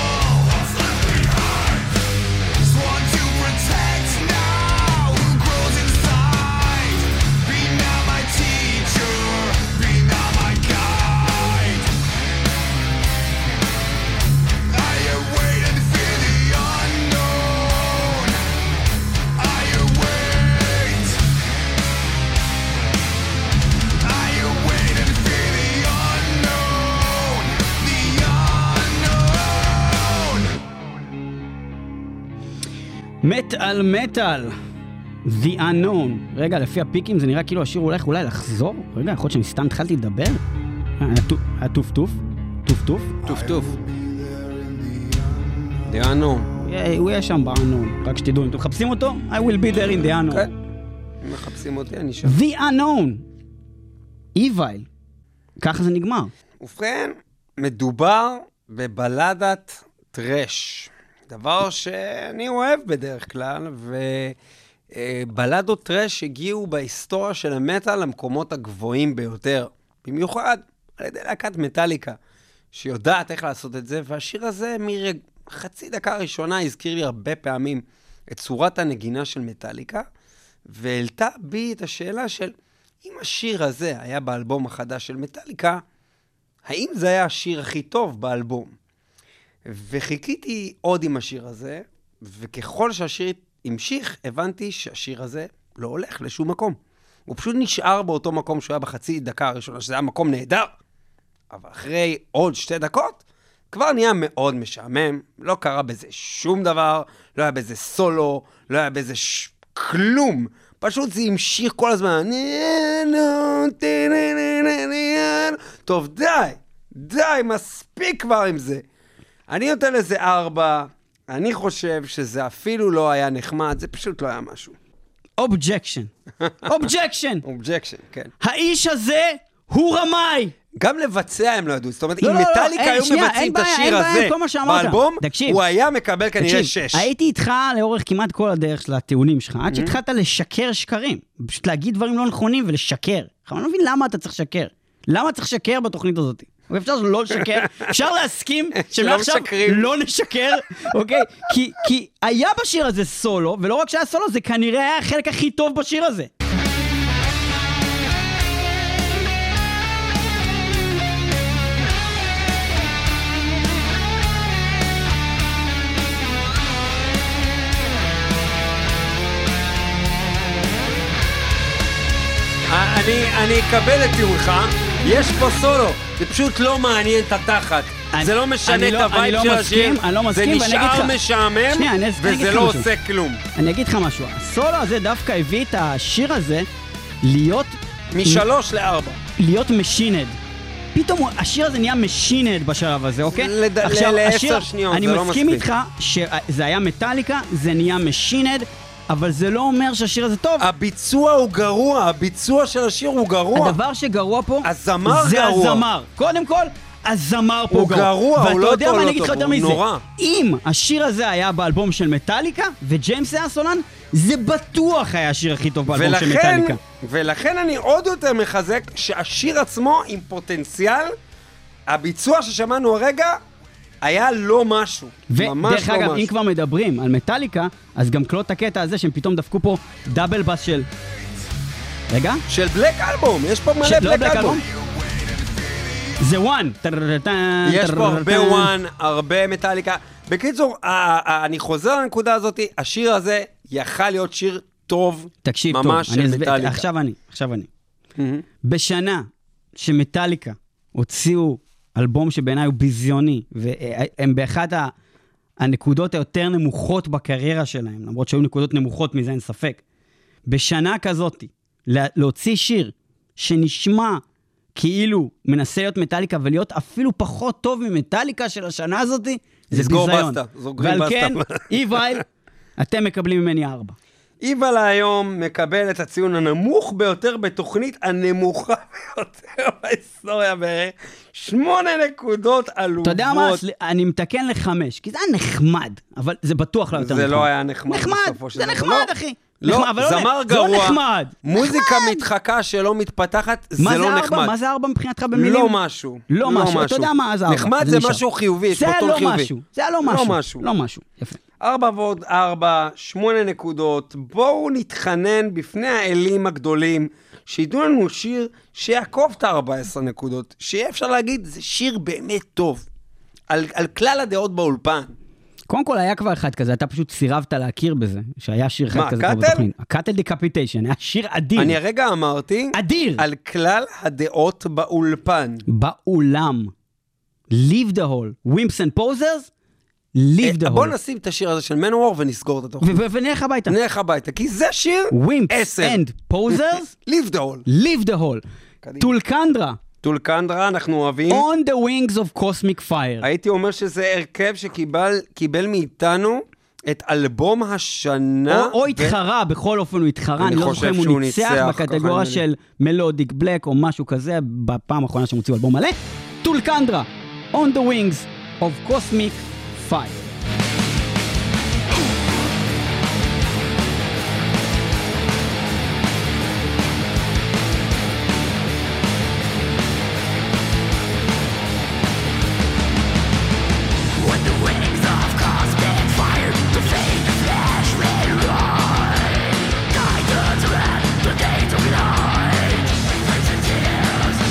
Sworn to protect now, who grows inside. Be now my teacher, be now my guide. I await and fear the unknown. I await. I await and fear the unknown, the unknown. מטאל מטאל, The Unknown. רגע, לפי הפיקים זה נראה כאילו השיר הולך אולי לחזור. רגע, יכול להיות שאני סתם התחלתי לדבר. אה, היה טו- היה טוף טוף, טוף טוף. טוף טוף. The unknown. אה, הוא יהיה שם ב-Unknown, רק שתדעו, אם אתם מחפשים אותו, I will be there in the Unknown. כן. אם מחפשים אותי, אני שם. The Unknown. Evil. ככה זה נגמר. ובכן, מדובר בבלדת טרש. דבר שאני אוהב בדרך כלל, ובלדות טרש הגיעו בהיסטוריה של המטאל למקומות הגבוהים ביותר. במיוחד על ידי להקת מטאליקה, שיודעת איך לעשות את זה, והשיר הזה מחצי דקה ראשונה הזכיר לי הרבה פעמים את צורת הנגינה של מטאליקה, והעלתה בי את השאלה של, אם השיר הזה היה באלבום החדש של מטאליקה, האם זה היה השיר הכי טוב באלבום? וחיכיתי עוד עם השיר הזה, וככל שהשיר המשיך, הבנתי שהשיר הזה לא הולך לשום מקום. הוא פשוט נשאר באותו מקום שהוא היה בחצי דקה הראשונה, שזה היה מקום נהדר. אבל אחרי עוד שתי דקות, כבר נהיה מאוד משעמם, לא קרה בזה שום דבר, לא היה בזה סולו, לא היה בזה ש... כלום. פשוט זה המשיך כל הזמן. טוב, די, די, מספיק כבר עם זה. אני נותן לזה ארבע, אני חושב שזה אפילו לא היה נחמד, זה פשוט לא היה משהו. אובג'קשן. אובג'קשן. אובג'קשן, כן. האיש הזה הוא רמאי! גם לבצע הם לא ידעו, זאת אומרת, לא, אם לא, לא, מטליקה אין, היו שנייה, מבצעים אין את בעיה, השיר אין בעיה, הזה כל מה שאמרת. באלבום, תקשיב, הוא היה מקבל כנראה תקשיב, שש. הייתי איתך לאורך כמעט כל הדרך של הטיעונים שלך, עד שהתחלת לשקר שקרים, פשוט להגיד דברים לא נכונים ולשקר. אני לא מבין למה אתה צריך לשקר. למה צריך לשקר בתוכנית הזאת? אפשר לא לשקר, אפשר להסכים שמעכשיו לא נשקר, אוקיי? כי, כי היה בשיר הזה סולו, ולא רק שהיה סולו, זה כנראה היה החלק הכי טוב בשיר הזה. אני, אני אקבל את טיעונך, יש פה סולו, זה פשוט לא מעניין את התחת, אני, זה לא משנה את לא, הווייב לא של מסכים, השיר, לא זה מסכים, נשאר משעמם, שנייה, אני, וזה אני לא משהו. עושה כלום. אני אגיד לך משהו, הסולו הזה דווקא הביא את השיר הזה להיות... משלוש לארבע. להיות משינד. פתאום השיר הזה נהיה משינד בשלב הזה, אוקיי? לד... עכשיו, לעשר השיר, שניות, אני זה לא מסכים מספיק. איתך שזה היה מטליקה, זה נהיה משינד, אבל זה לא אומר שהשיר הזה טוב. הביצוע הוא גרוע, הביצוע של השיר הוא גרוע. הדבר שגרוע פה, הזמר זה גרוע. הזמר. קודם כל, הזמר פה הוא גרוע. גרוע, הוא לא ואתה יודע טוב, מה לא אני אגיד לך טוב, יותר הוא מזה? נורא. אם השיר הזה היה באלבום של מטליקה, וג'יימס היה סולן, זה בטוח היה השיר הכי טוב באלבום של ולכן, מטליקה. ולכן אני עוד יותר מחזק שהשיר עצמו עם פוטנציאל, הביצוע ששמענו הרגע, היה לא משהו. ממש ודרך לא אגב, משהו. אם כבר מדברים על מטליקה, אז גם קלוט הקטע הזה שהם פתאום דפקו פה דאבל בס של... רגע? של בלק אלבום, יש פה מלא לא בלק אלבום. זה וואן. יש פה הרבה וואן, הרבה מטליקה. בקיצור, אני חוזר לנקודה הזאת, השיר הזה יכל להיות שיר טוב, תקשיב טוב, ממש של מטליקה. עכשיו אני, עכשיו אני. בשנה שמטליקה הוציאו אלבום שבעיניי הוא ביזיוני, והם באחת הנקודות היותר נמוכות בקריירה שלהם, למרות שהיו נקודות נמוכות מזה, אין ספק. בשנה כזאת, להוציא שיר שנשמע כאילו מנסה להיות מטליקה ולהיות אפילו פחות טוב ממטליקה של השנה הזאת, זה ביזיון. ועל כן, איווייל, אתם מקבלים ממני ארבע. איבל היום מקבל את הציון הנמוך ביותר בתוכנית הנמוכה ביותר בהיסטוריה בערך. שמונה נקודות עלובות. אתה יודע מה? אני מתקן לחמש, כי זה היה נחמד, אבל זה בטוח לא יותר נחמד. זה לא היה נחמד. נחמד, זה נחמד, אחי. לא, זמר גרוע, נחמד. מוזיקה מתחקה שלא מתפתחת, זה לא נחמד. מה זה ארבע מבחינתך במילים? לא משהו. לא משהו, אתה יודע מה זה ארבע. נחמד זה משהו חיובי, יש פה טון חיובי. זה היה לא משהו. לא משהו, יפה. ארבע ועוד ארבע, שמונה נקודות. בואו נתחנן בפני האלים הגדולים, שידעו לנו שיר שיעקוב את ה-ארבע עשרה נקודות, שיהיה אפשר להגיד, זה שיר באמת טוב. על, על כלל הדעות באולפן. קודם כל היה כבר אחד כזה, אתה פשוט סירבת להכיר בזה, שהיה שיר אחד כזה טוב בתוכנית. הקאטל דיקפיטיישן, היה שיר אדיר. אני הרגע אמרתי, אדיר. על כלל הדעות באולפן. באולם. Leave the hall. Wimps and Posers, Leave the hall. בוא נשים את השיר הזה של מנוור ונסגור את התוכנית. ונלך הביתה. נלך הביתה, כי זה שיר Wimps and Posers, Leave the hall. Leave the hall. טולקנדרה. טולקנדרה, אנחנו אוהבים. On the wings of cosmic fire. הייתי אומר שזה הרכב שקיבל מאיתנו את אלבום השנה. או התחרה, בכל אופן הוא התחרה, אני לא זוכר אם הוא ניצח בקטגוריה של מלודיק בלק או משהו כזה, בפעם האחרונה שהם הוציאו אלבום מלא. טולקנדרה, On the wings of cosmic fire.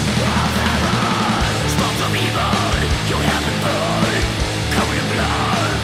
Evil, you haven't heard, covered in blood.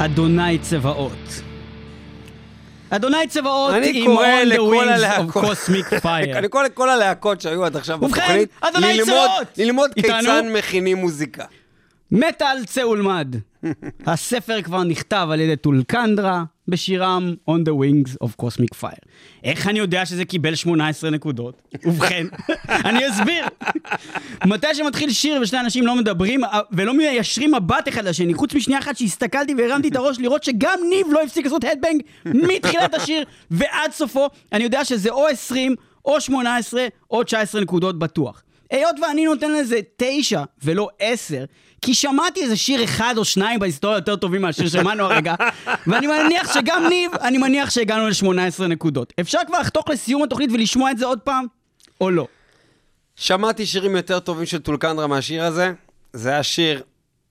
אדוני צבאות. אדוני צבאות אני עם קורא On the לכל Wings of הלהקות. Cosmic Fire. אני קורא לכל הלהקות שהיו עד עכשיו ובכן, בתוכנית, אדוני ללמוד- צבאות! ללמוד איתנו? כיצד מכינים מוזיקה. מטל צא ולמד. הספר כבר נכתב על ידי טולקנדרה בשירם On the Wings of Cosmic Fire. איך אני יודע שזה קיבל שמונה עשרה נקודות? ובכן, אני אסביר. מתי שמתחיל שיר ושני אנשים לא מדברים ולא מיישרים מבט אחד לשני, חוץ משנייה אחת שהסתכלתי והרמתי את הראש לראות שגם ניב לא הפסיק לעשות הדבנג מתחילת השיר ועד סופו, אני יודע שזה או עשרים או שמונה עשרה או תשע עשרה נקודות בטוח. היות ואני נותן לזה תשע ולא עשר, כי שמעתי איזה שיר אחד או שניים בהיסטוריה יותר טובים מהשיר שמענו הרגע, ואני מניח שגם ניב, אני מניח שהגענו ל-שמונה עשרה נקודות. אפשר כבר לחתוך לסיום התוכנית ולשמוע את זה עוד פעם, או לא? שמעתי שירים יותר טובים של טולקנדרה מהשיר הזה. זה היה שיר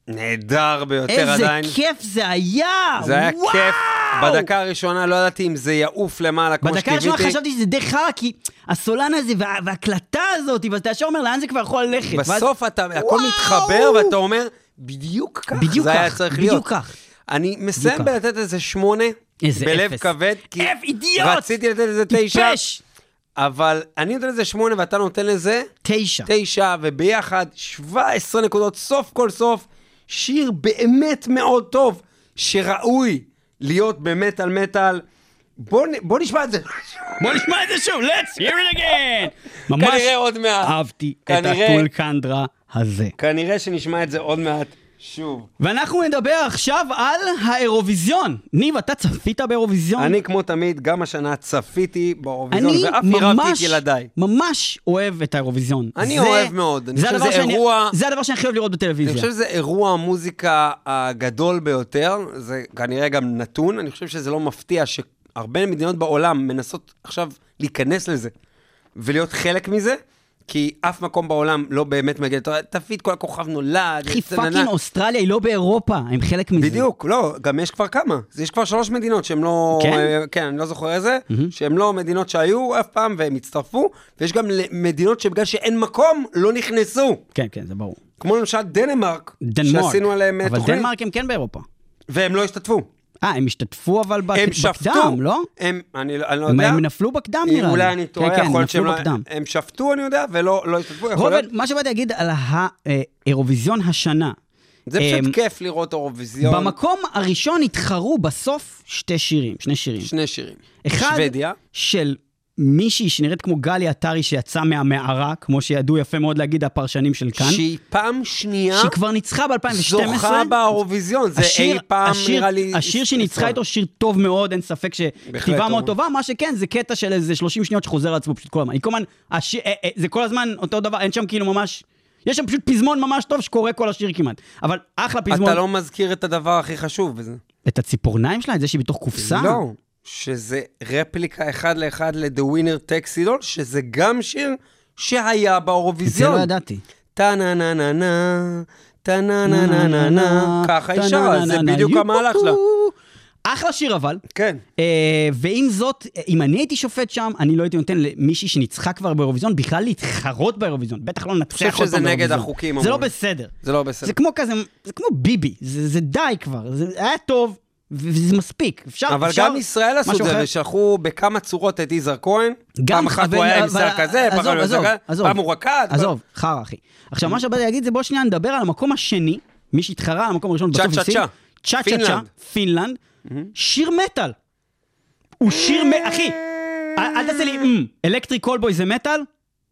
נהדר ביותר עדיין. איזה כיף זה היה! זה היה וואו! כיף. בדקה הראשונה לא ידעתי אם זה יעוף למעלה כמו בדקה הראשונה שקיוויתי. חשבתי שזה די חרא, כי הסולן הזה וה- והקלטה הזאת, ואתה ישר אומר לאן זה כבר יכול ללכת. ואז- בסוף אתה, הכל וואו! מתחבר ואתה אומר, בדיוק כך בדיוק זה היה כך, צריך בדיוק להיות. כך. אני מסיים כך. בלתת איזה שמונה, איזה בלב אפס. כבד, כי אפ, אידיוט! רציתי לתת איזה תשע, טיפש! אבל אני נותן לזה שמונה ואתה נותן לזה תשע. תשע, וביחד שבע עשרה נקודות, סוף כל סוף, שיר באמת מאוד טוב, שראוי להיות במטל מטל. בוא, נ- בוא נשמע את זה. בוא נשמע את זה שוב, let's hear it again! ממש כנראה עוד מעט. אהבתי את כנראה- הטולקנדרה הזה. כנראה שנשמע את זה עוד מעט שוב. ואנחנו נדבר עכשיו על האירוויזיון. ניב, אתה צפית באירוויזיון? אני כמו תמיד, גם השנה צפיתי באירוויזיון, אני ואף עירבתי ממש, את ילדיי. ממש אוהב את האירוויזיון. אני זה- אוהב מאוד. אני זה חושב הדבר שזה שאני- אירוע- זה הדבר שאני הכי אוהב לראות אני בטלוויזיה. חושב שזה אירוע המוזיקה הגדול ביותר, זה כנראה גם נתון, אני חושב שזה לא מפתיע שהרבה מדינות בעולם מנסות עכשיו להיכנס לזה, ולהיות חלק מזה, כי אף מקום בעולם לא באמת מגיע, תביא את כל הכוכב נולד, אחי, צננה. פאקינג אוסטרליה היא לא באירופה, הם חלק מזה. בדיוק, לא, גם יש כבר כמה, יש כבר שלוש מדינות שהן לא, כן? אה, כן, אני לא זוכר איזה, שהן לא מדינות שהיו אף פעם והם הצטרפו, ויש גם מדינות שבגלל שאין מקום, לא נכנסו. כן, כן, זה ברור. כמו למשל דנמרק, דנמרק. שעשינו עליהם אה, אבל תוכנית, דנמרק הם כן באירופה. והם לא השתתפו. אה, הם השתתפו אבל בק- הם שפטו, בקדם, לא? הם, אני, לא- אני לא הם יודע, הם נפלו בקדם נראה לי. אולי אני טועה, כן, כן, יכול להיות שהם נפלו לא, בקדם. הם שפטו, אני יודע, ולא לא השתתפו, יכול רובן, להיות. מה שבאתי להגיד על האירוויזיון השנה, זה אמ, פשוט כיף לראות אירוויזיון, במקום הראשון התחרו בסוף שתי שירים, שני שירים. שני שירים. אחד שוודיה, של מישהי שנראית כמו גלי עטרי שיצאה מהמערה, כמו שידעו יפה מאוד להגיד הפרשנים של כאן, שהיא פעם שנייה שהיא כבר ניצחה ב-אלפיים ושתים עשרה. זוכה באירוויזיון, זה השיר- אי פעם השיר- נראה לי... השיר שניצחה איתו שיר טוב מאוד, אין ספק שכתיבה טוב. מאוד טובה, מה שכן, זה קטע של איזה שלושים שניות שחוזר על עצמו פשוט כל הזמן. היא כל הזמן, השיר- אה, אה, זה כל הזמן אותו דבר, אין שם כאילו ממש, יש שם פשוט פזמון ממש טוב שקורא כל השיר כמעט. אבל אחלה פזמון. אתה לא מזכיר את הדבר הכי חשוב בזה. את הציפורניים שלה, את זה שהיא בתוך קופסה? לא, שזה רפליקה אחד לאחד ל-The Winner Takes It All, שזה גם שיר שהיה את זה באירוויזיון. לא ידעתי. טה-נה-נה-נה-נה, טה-נה-נה-נה-נה, ככה היא שרה, זה בדיוק המהלך שלה. אחלה שיר אבל. כן. אה, ועם זאת, אם אני הייתי שופט שם, אני לא הייתי נותן למישהי שניצחה כבר באירוויזיון, בכלל להתחרות באירוויזון. בטח לא נצח חושב אותו שזה נגד באירוויזון. החוקים, זה לא אמרו. בסדר. זה לא בסדר. זה כמו כזה, זה כמו ביבי. זה זה די כבר. זה היה טוב, וזה מספיק. אפשר, אבל אפשר גם ישראל עשו את משהו זה, אחר. ושלחו בכמה צורות את יזהר כהן. גם פעם אחת אבל- הוא היה עם אבל- שיער כזה, פעם עזוב, אחת הוא עזוב, היה עזוב. פעם הוא רקד. עזוב, חרא אחי. עכשיו, מה שבאתי להגיד זה בוא שנייה נדבר על המקום השני, מי שהתחרה על המקום הראשון צ'ה בסוף צ'ה הפסיד. צ'ה. צ'ה צ'ה צ'ה, פינלנד. פינלנד. שיר מטל. הוא שיר מטל, אחי, אל אל תעשה לי, "אמ, אלקטריק קולבוי זה מטל?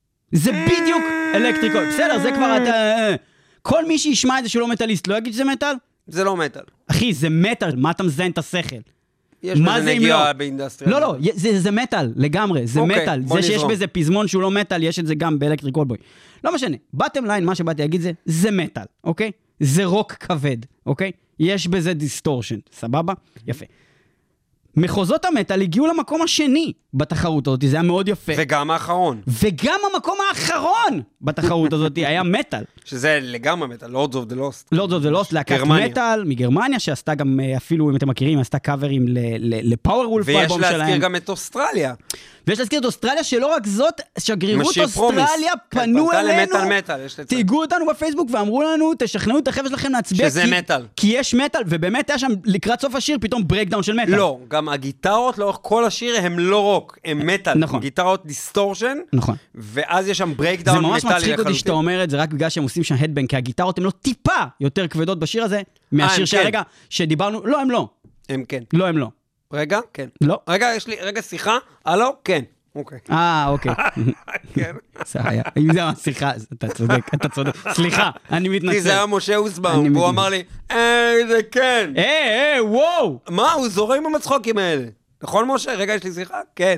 זה בדיוק אלקטריק קולבוי. בסדר, זה כבר אתה... אה, כל מי שישמע את זה שהוא לא מטליסט, לא יגיד שזה מטל? זה לא מטל. אחי, זה מטל, מה אתה מזיין את השכל? יש מה בזה זה אם נגיעה לא? באינדסטריה. לא, לא, זה, זה מטל, לגמרי, זה אוקיי, מטל. בוא זה שיש נזרום. בזה פזמון שהוא לא מטל, יש את זה גם באלקטריק קולבוי. לא משנה, בטם ליין, מה שבאתי להגיד זה, זה מטל, אוקיי? זה רוק כבד, אוקיי? יש בזה דיסטורשן, סבבה? יפה. מחוזות המטל הגיעו למקום השני. בתחרות הזאת, זה היה מאוד יפה. וגם האחרון. וגם המקום האחרון בתחרות הזאת היה מטל. שזה לגמרי מטל, Lords of the Lost. Lords of the Lost, להקת מטל מגרמניה, שעשתה גם, אפילו אם אתם מכירים, עשתה קאברים לפאוור וולף באלבום שלהם. ויש להזכיר גם את אוסטרליה. ויש להזכיר את אוסטרליה, שלא רק זאת, שגרירות אוסטרליה פנו אלינו, תיגעו אותנו בפייסבוק ואמרו לנו, תשכנעו את החבר'ה שלכם להצביע, שזה מטל. כי יש מטל, ובאמת היה שם לקראת סוף השיר פתאום ברייקדאון של מטל. לא, גם הגיטרות לאורך כל השיר הם לא רוק, הם מטל. נכון. גיטרות דיסטורשן, נכון. ואז יש שם ברייקדאון מטלי לחלוטין. זה ממש מצחיק אותי שאתה אומר את זה רק בגלל שהם עושים שם הדבנג, כי הגיטרות הן לא טיפה יותר כבדות בשיר הזה, מהשיר שהרגע שדיברנו, לא, הם לא. הם כן. לא, הם לא. רגע, כן. לא. רגע, יש לי, רגע, שיחה. הלו? כן. אוקיי. אה, אוקיי. כן. אם זה השיחה, אתה צודק, אתה צודק. סליחה, אני מתנצל. כי זה היה משה אוסבאום, והוא אמר לי, אה, זה כן. אה, אה, וואו. מה, הוא זורם עם הצחוקים האלה. נכון, משה? רגע, יש לי שיחה? כן.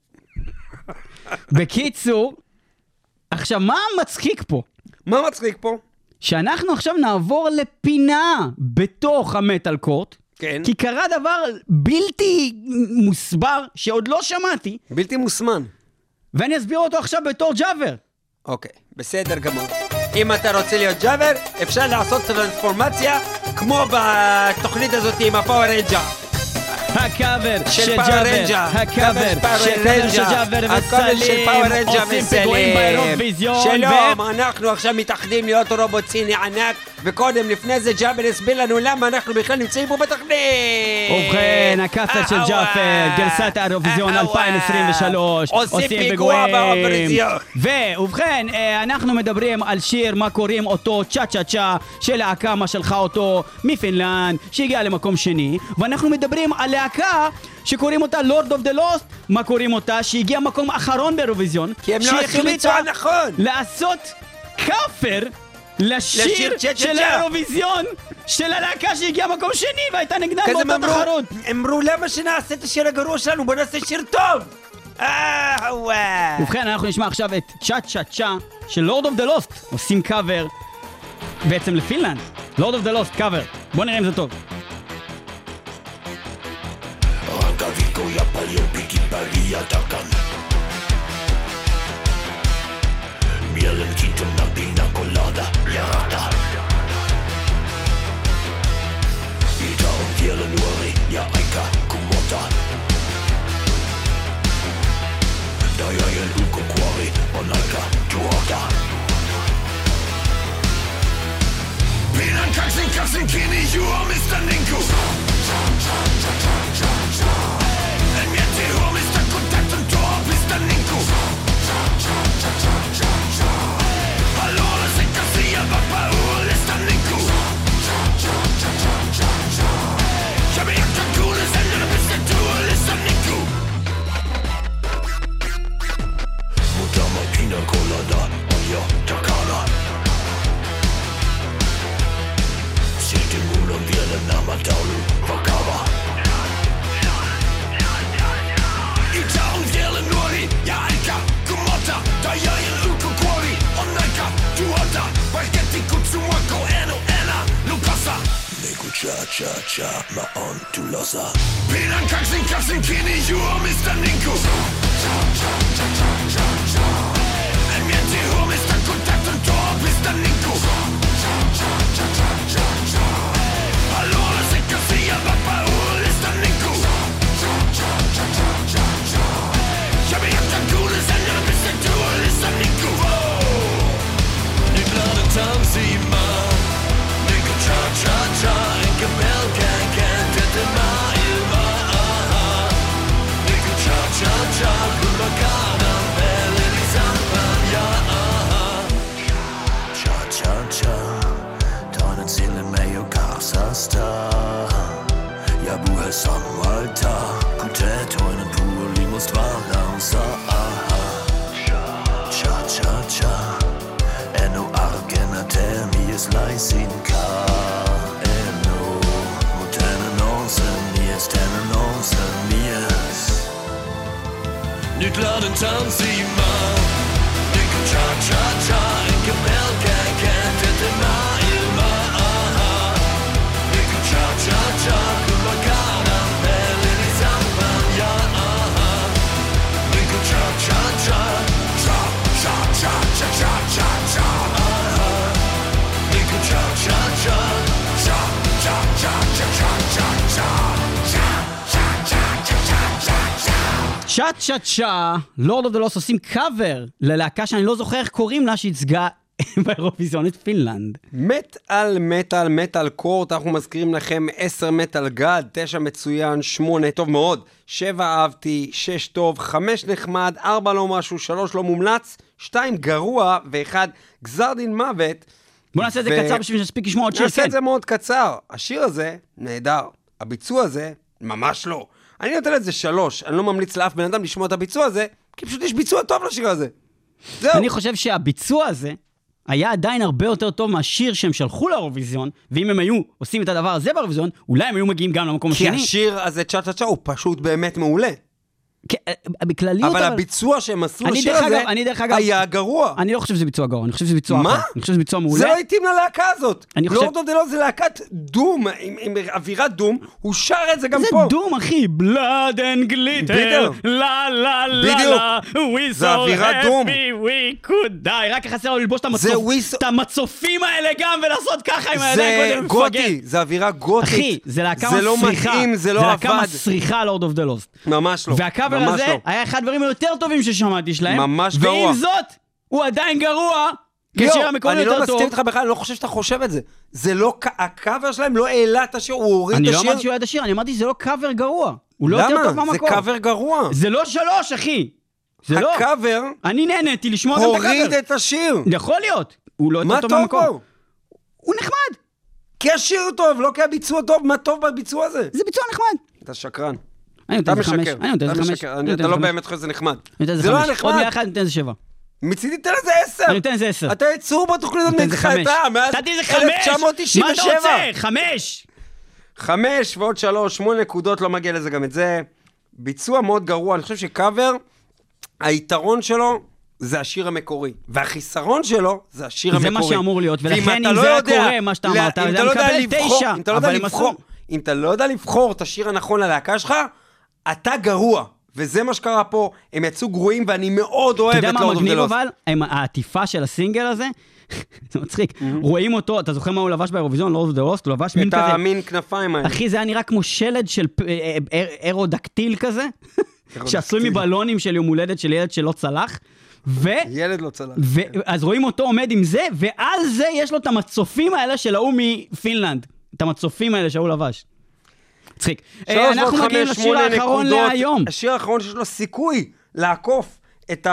בקיצור, עכשיו, מה מצחיק פה? מה מצחיק פה? שאנחנו עכשיו נעבור לפינה בתוך המטל קורט, כן. כי קרה דבר בלתי מוסבר שעוד לא שמעתי, בלתי מוסמן. ואני אסביר אותו עכשיו בתור ג'אבר. אוקיי, בסדר גמור. אם אתה רוצה להיות ג'אבר, אפשר לעשות טרנספורמציה כמו בתוכנית הזאת עם הפאוור רנג'ר. הקאבר של של ג'אבר, הקאבר של ג'אבר וסלים, עושים פיגועים באירוויזיון. שלום, אנחנו עכשיו מתאחדים להיות רובוט סיני ענק, וקודם לפני זה ג'אבר הסביר לנו למה אנחנו בכלל נמצאים פה בתוכנית. ובכן, הקאסט של ג'אפר, גרסת האירוויזיון אלפיים עשרים ושלוש, עושים פיגוע באירוויזיון. ובכן, אנחנו מדברים על שיר מה קוראים אותו צ'ה צ'ה צ'ה, שלהקה מה שלחה אותו מפינלנד, שהגיע למקום שני, ואנחנו מדברים על להקה שקוראים אותה Lord of the Lost, מה קוראים אותה? שהגיע מקום אחרון באירוויזיון, כי הם לא עשו ביצוע נכון. לעשות קאפר לשיר של האירוויזיון של הלהקה שהגיע מקום שני והייתה נגדם באותה תחרות. הם אמרו למה שנעשה את השיר הגרוע שלנו, בוא נעשה שיר טוב. אה וואו. ובכן, אנחנו נשמע עכשיו את צ'ה צ'ה צ'ה של Lord of the Lost, עושים קאבר בעצם לפינלנד. Lord of the Lost קאבר, בוא נראה אם זה טוב. Viikko ja paljon pikipäriä takan. Mielenkiintoinen pina colada ja rata. Itä on vielä nuori ja aika kumota. Dajajan ulkokuori on aika tuota. Pidän kaksin kaksin kiinni juomista ninku. En mieti huomista, kun täytän tuopista ninku. Haluan olla sekaisin ja vapaa-uudesta ninku. Ja me jatkan kuulen sen, jona pistän tuolissa ninku. Muutama pina colada on jo takana. Silti mulla on vielä nämä taulu vakava. Itä on vielä nuori ja aika kumota. Dajajan ulkokuori on aika tuota. Vaikeasti kutsuako en oo enää lukassa. Niinku cha cha cha mä oon tulossa. Pidän kaksin kaksin kiinni juomista ninku. En mieti huomista kun täytän tuopista ninku. Haluan olla sekaisin ja vapaa-uudesta ninku. Ja me jatkan kuulen sen, jona pistän tuolissa ninku. Nyt lähden tanssimaan, niinku cha cha cha, enkä pelkään kääntetä maailmaa. Niinku cha cha cha, kun mä kaadan päälleni sampanjaa. Cha cha cha, toinen silmä jo karsastaa. Ja puhe sammaltaa, kuten toinen puoli musta valansa. Cha cha cha, en oo arkena tee mieslaisinkaan. En oo, mut tänään on sen mies, tänään on sen mies. Nyt lähden tanssimaan, niinku cha cha cha, enkä pelkään kääntetä maailmaa. Niinku cha cha cha, kun mä kaadan päälleni sampanjaa. צ'ה צ'ה צ'ה, לורד אוף דה לוס עושים קאבר ללהקה שאני לא זוכר איך קוראים לה שהצגה באירוויזיון את פינלנד. מטל, מטל, מטל קורט, אנחנו מזכירים לכם עשר מטל גד, תשע מצוין, שמונה טוב מאוד, שבע אהבתי, שש טוב, חמש נחמד, ארבע לא משהו, שלוש לא מומלץ, שתיים גרוע, ואחד גזר דין מוות. בוא נעשה את זה קצר בשביל שנספיק לשמוע עוד שיר. נעשה את זה מאוד קצר. השיר הזה, נהדר. הביצוע הזה, ממש לא. אני נותן את זה שלוש. אני לא ממליץ לאף בן אדם לשמוע את הביצוע הזה, כי פשוט יש ביצוע טוב לשיר הזה. זהו. אני חושב שהביצוע הזה היה עדיין הרבה יותר טוב מהשיר שהם שלחו לאירוויזיון, ואם הם היו עושים את הדבר הזה באירוויזיון, אולי הם היו מגיעים גם למקום כי השני. כי השיר הזה, צ'ה צ'ה צ'ה, הוא פשוט באמת מעולה. בכלליות, אבל הביצוע שהם עשו אני לשיר דרך הזה, אגב- אני דרך אגב- אני היה גרוע. אני לא חושב שזה ביצוע גרוע, אני חושב שזה ביצוע מה? אחר. אני חושב שזה ביצוע מעולה. זה לא התאים ללהקה הזאת. אני חושב- לורד אוף דה לוס זה להקת דום, עם עם אווירת דום, הוא שר את זה גם זה פה. דום, אחי. blood and glitter. בדיוק. לה לה לה בדיוק. לה. We זה so אווירת דום. happy we could die. רק חסר לו ללבוש את זה המצופ- we so- את המצופים האלה גם ולעשות ככה עם הידיים זה קודם גותי, מפגר. זה אווירה גותית. אחי, זה להקה זה לא מסריחה. מתאים, זה לא זה להקה עבד. מסריחה לורד אוף דה לוסט. ממש לא. והקאבר ממש הזה לא. היה אחד הדברים היותר טובים ששמעתי שלהם. ממש גרוע. ועם זאת, הוא עדיין גרוע. לא, כשיר המקורי אני יותר לא טוב. מסכים איתך בכלל, אני לא חושב שאתה חושב את זה. זה לא, הקאבר שלהם לא העלה את השיר, הוא הוריד אני את לא השיר. אמרתי שהוא היה את השיר, אני אמרתי שזה לא קאבר גרוע. הוא לא יותר טוב למה? מהמקור. זה קאבר גרוע. זה לא שלוש, אחי. זה לא. הקאבר אני נהניתי לשמוע גם את הוריד הקאבר. את השיר. יכול להיות. הוא לא מה יותר טוב טוב מהמקור. בו? הוא נחמד. כי השיר טוב, לא כי הביצוע טוב. מה טוב בביצוע הזה? זה ביצוע נחמד. אתה שקרן. אני נותן אתה לזה חמש. משקר. אני נותן אתה לזה חמש. משקר. אני אני- נותן אתה לזה לא חמש. באמת חושב שזה נחמד. אני נותן לזה זה לא חמש. היה עוד מילה נחמד. אחת, אני נותן לזה שבע. מצידי תן לזה עשר. אני נותן לזה עשר. אתה יצור בתוכנית הזאת נותן לזה חמש. נדחתה מאז נתתי לזה חמש. אלף תשע מאות תשעים מה אתה ושבע. רוצה? חמש. חמש ועוד שלוש, שמונה נקודות, לא מגיע לזה גם את זה. ביצוע מאוד גרוע, אני חושב שקאבר, היתרון שלו זה השיר המקורי, והחיסרון שלו זה השיר זה המקורי. מה שאמור להיות, ואם ולכן אתה אם לא זה היה יודע- קורה, מה שאתה לא, אמרת, אם זה אתה לא יודע מקבל לבחור- תשע, אם אתה לא יודע אבל הם לבחור- עשו. אם אתה לא יודע לבחור את השיר הנכון ללהקה שלך, אתה גרוע. וזה מה שקרה פה, הם יצאו גרועים, ואני מאוד אתה אוהב יודע את מה לורד אוף דה מגניב לוס. אבל? הם- העטיפה של הסינגל הזה, זה מצחיק, רואים אותו, אתה זוכר מה הוא לבש באירוויזיון, לורד אוף דה לוסט, הוא לבש מין את כזה, המין כנפיים האלה. אחי זה היה נראה כמו שלד של פ- אה, אה, אירודקטיל כזה, שעשוי מבלונים של יום הולדת של ילד שלא צלח, ו... ילד לא צלח. ו... אז רואים אותו עומד עם זה, ועל זה יש לו את המצופים האלה של ההוא מפינלנד. את המצופים האלה שהוא לבש. צחיק. אה, שלוש אנחנו ועוד מגיעים חמש, לשיר שמונה האחרון נקודות. להיום. השיר האחרון שיש לו סיכוי לעקוף את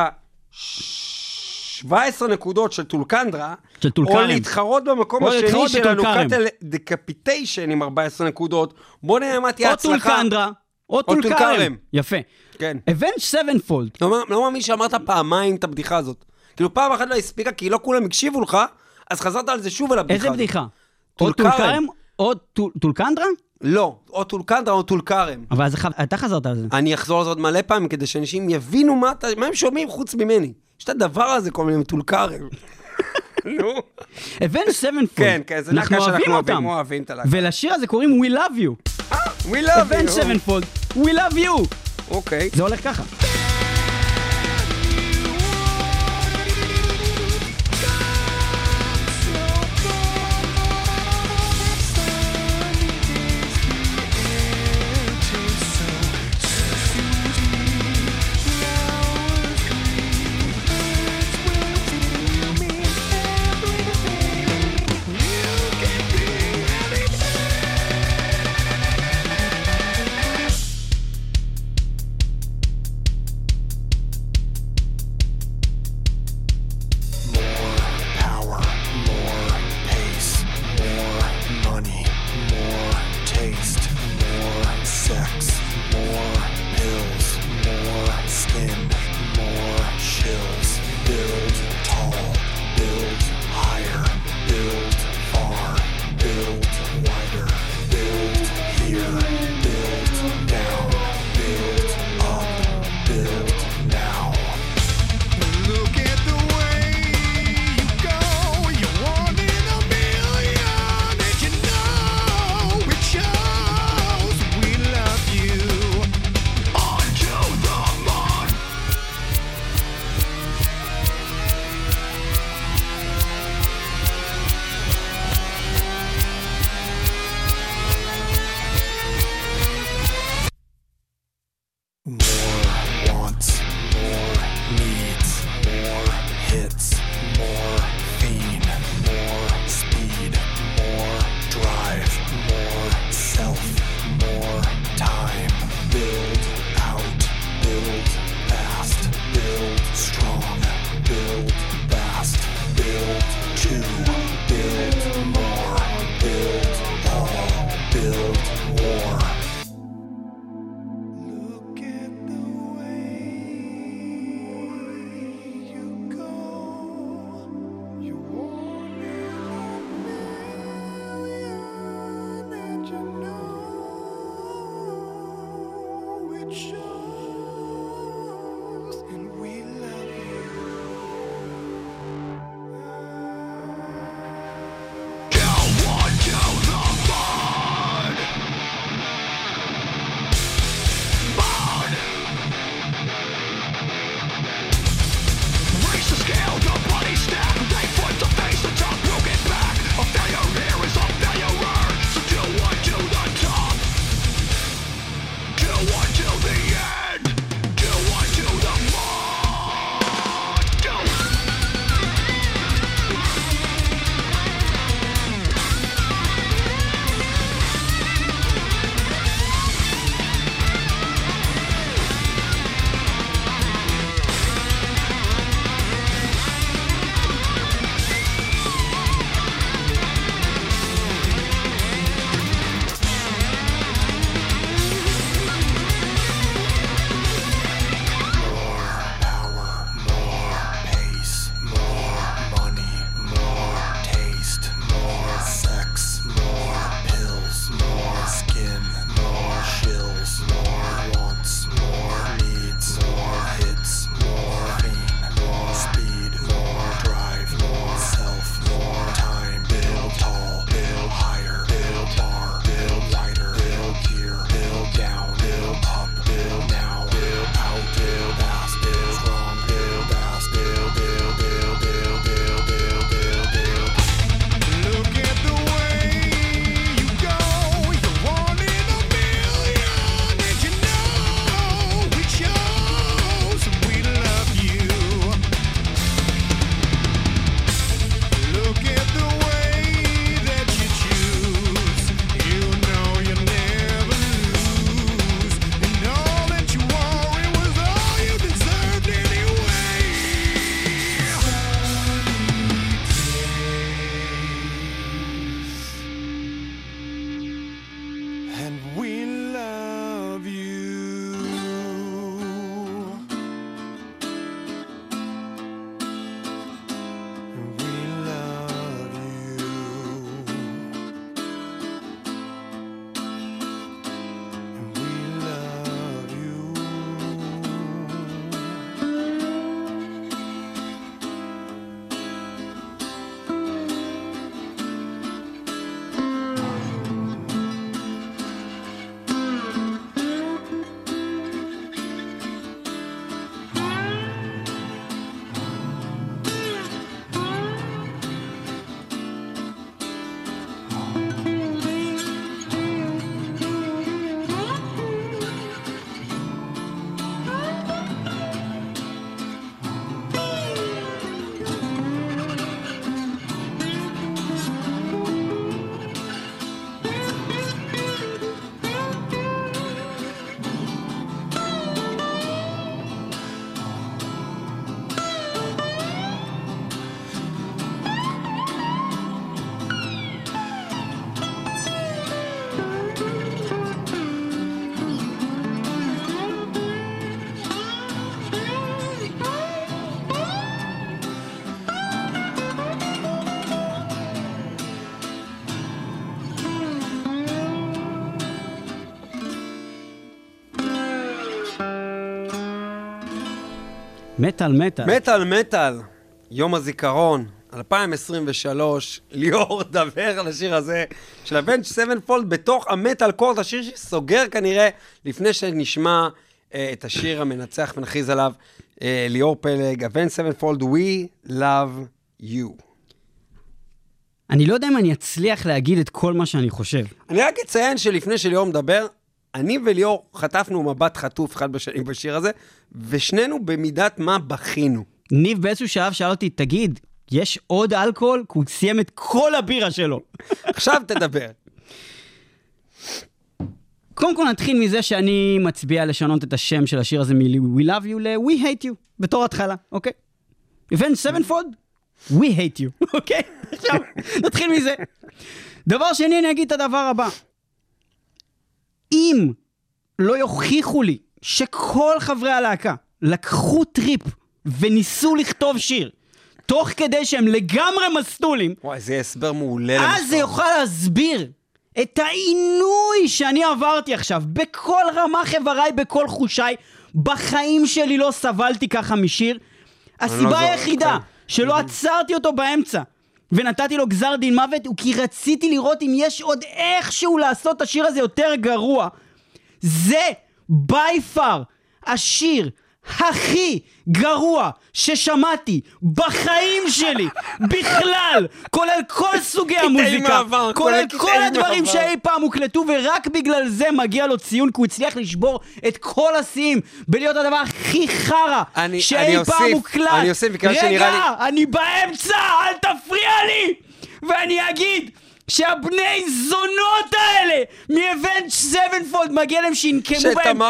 ה-שבע עשרה נקודות של טולקנדרה, של טולכרם. או להתחרות במקום או השני להתחרות של בטולכרם. הלוקטל דקפיטיישן עם ארבע עשרה נקודות. בוא נראה מה תהיה או הצלחה. טולקנדרה, או טולכרם. טולכרם. יפה. כן. אבנג' סבנפולד. לא לא מאמין שאמרת פעמיים את הבדיחה הזאת. כאילו פעם אחת לא הספיקה, כי לא כולם הקשיבו לך, אז חזרת על זה שוב על הבדיחה איזה הזאת. בדיחה? או טולכרם. טולכרם, או טול- טולקנדרה? לא, או טולקנדרה או טולכרם. אבל אז ח- אתה חזרת על זה. אני אחזור על זה עוד מלא פעמים, כדי שאנשים יבינו מה, אתה- מה הם שומעים חוץ ממני. יש את הדבר הזה, כל מיני מטולקרם. נו. אבנג' סבנפולד. כן, כן, זה אנחנו להקה אוהבים שאנחנו אותם. אוהבים, אוהבים את הלהקה. ולשיר הזה קוראים We Love You. We love אבנג' you. סבנפולד, We Love You. אוקיי. זה הולך ככה. מטל, מטל. מטל, מטל, יום הזיכרון, אלפיים עשרים ושלוש, ליאור דבר על השיר הזה של Avenged Sevenfold בתוך המטל קורט, השיר שסוגר כנראה לפני שנשמע אה, את השיר המנצח ונכריז עליו, אה, ליאור פלג, Avenged Sevenfold, We Love You. אני לא יודע אם אני אצליח להגיד את כל מה שאני חושב. אני רק אציין שלפני שליאור מדבר, אני וליאור חטפנו מבט חטוף אחד בשני בשיר הזה, ושנינו במידת מה בכינו. ניב באיזשהו שלב שאל אותי, תגיד, יש עוד אלכוהול? כי הוא סיים את כל הבירה שלו. עכשיו תדבר. קודם כל נתחיל מזה שאני מצביע לשנות את השם של השיר הזה מ-We Love You ל-We Hate You, בתור התחלה, אוקיי? Avenged Sevenfold, We Hate You, אוקיי? עכשיו, נתחיל מזה. דבר שני, אני אגיד את הדבר הבא. אם לא יוכיחו לי שכל חברי הלהקה לקחו טריפ וניסו לכתוב שיר, תוך כדי שהם לגמרי מסטולים, וואי, זה הסבר מעולה. אז זה יוכל להסביר את העינוי שאני עברתי עכשיו, בכל רמה חבריי, בכל חושיי, בחיים שלי לא סבלתי ככה משיר. הסיבה היחידה שלא עצרתי אותו באמצע, ונתתי לו גזר דין מוות, הוא כי רציתי לראות אם יש עוד איכשהו לעשות את השיר הזה יותר גרוע. זה by far השיר הכי גרוע ששמעתי בחיים שלי, בכלל, כולל כל סוגי המוזיקה, כולל כל הדברים שאי פעם הוקלטו, ורק בגלל זה מגיע לו ציון, כי הוא הצליח לשבור את כל השיאים, בלהיות הדבר הכי חרא שאי פעם הוקלט. רגע, אני באמצע, אל תפריע לי, ואני אגיד שהבני זונות האלה מ-Avenged Sevenfold מגיע להם שינקמו בהם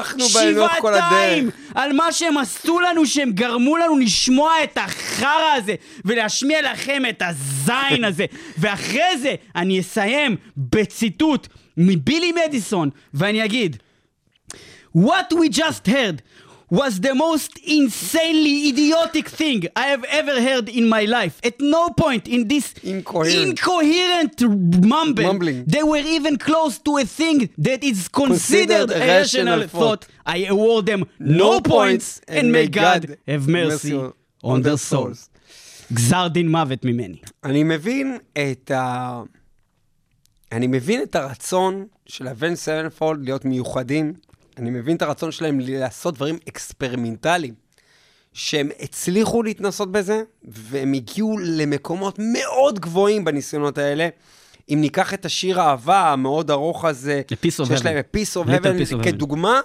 שבעתיים על מה שהם עשו לנו, שהם גרמו לנו לשמוע את החרא הזה ולהשמיע לכם את הזין הזה. ואחרי זה אני אסיים בציטוט מבילי מדיסון ואני אגיד, What we just heard was the most insanely idiotic thing I have ever heard in my life. At no point in this incoherent, incoherent mumble, mumbling they were even close to a thing that is considered, considered a rational thought. I award them no points and may God have mercy on their souls. גזר דין מוות ממני. אני מבין את ה... אני מבין את הרצון של Avenged Sevenfold להיות מיוחדים. אני מבין את הרצון שלהם לעשות דברים אקספרימנטליים, שהם הצליחו להתנסות בזה, והם הגיעו למקומות מאוד גבוהים בניסיונות האלה. אם ניקח את השיר האהבה המאוד ארוך הזה, שיש להם Piece of Heaven, כדוגמה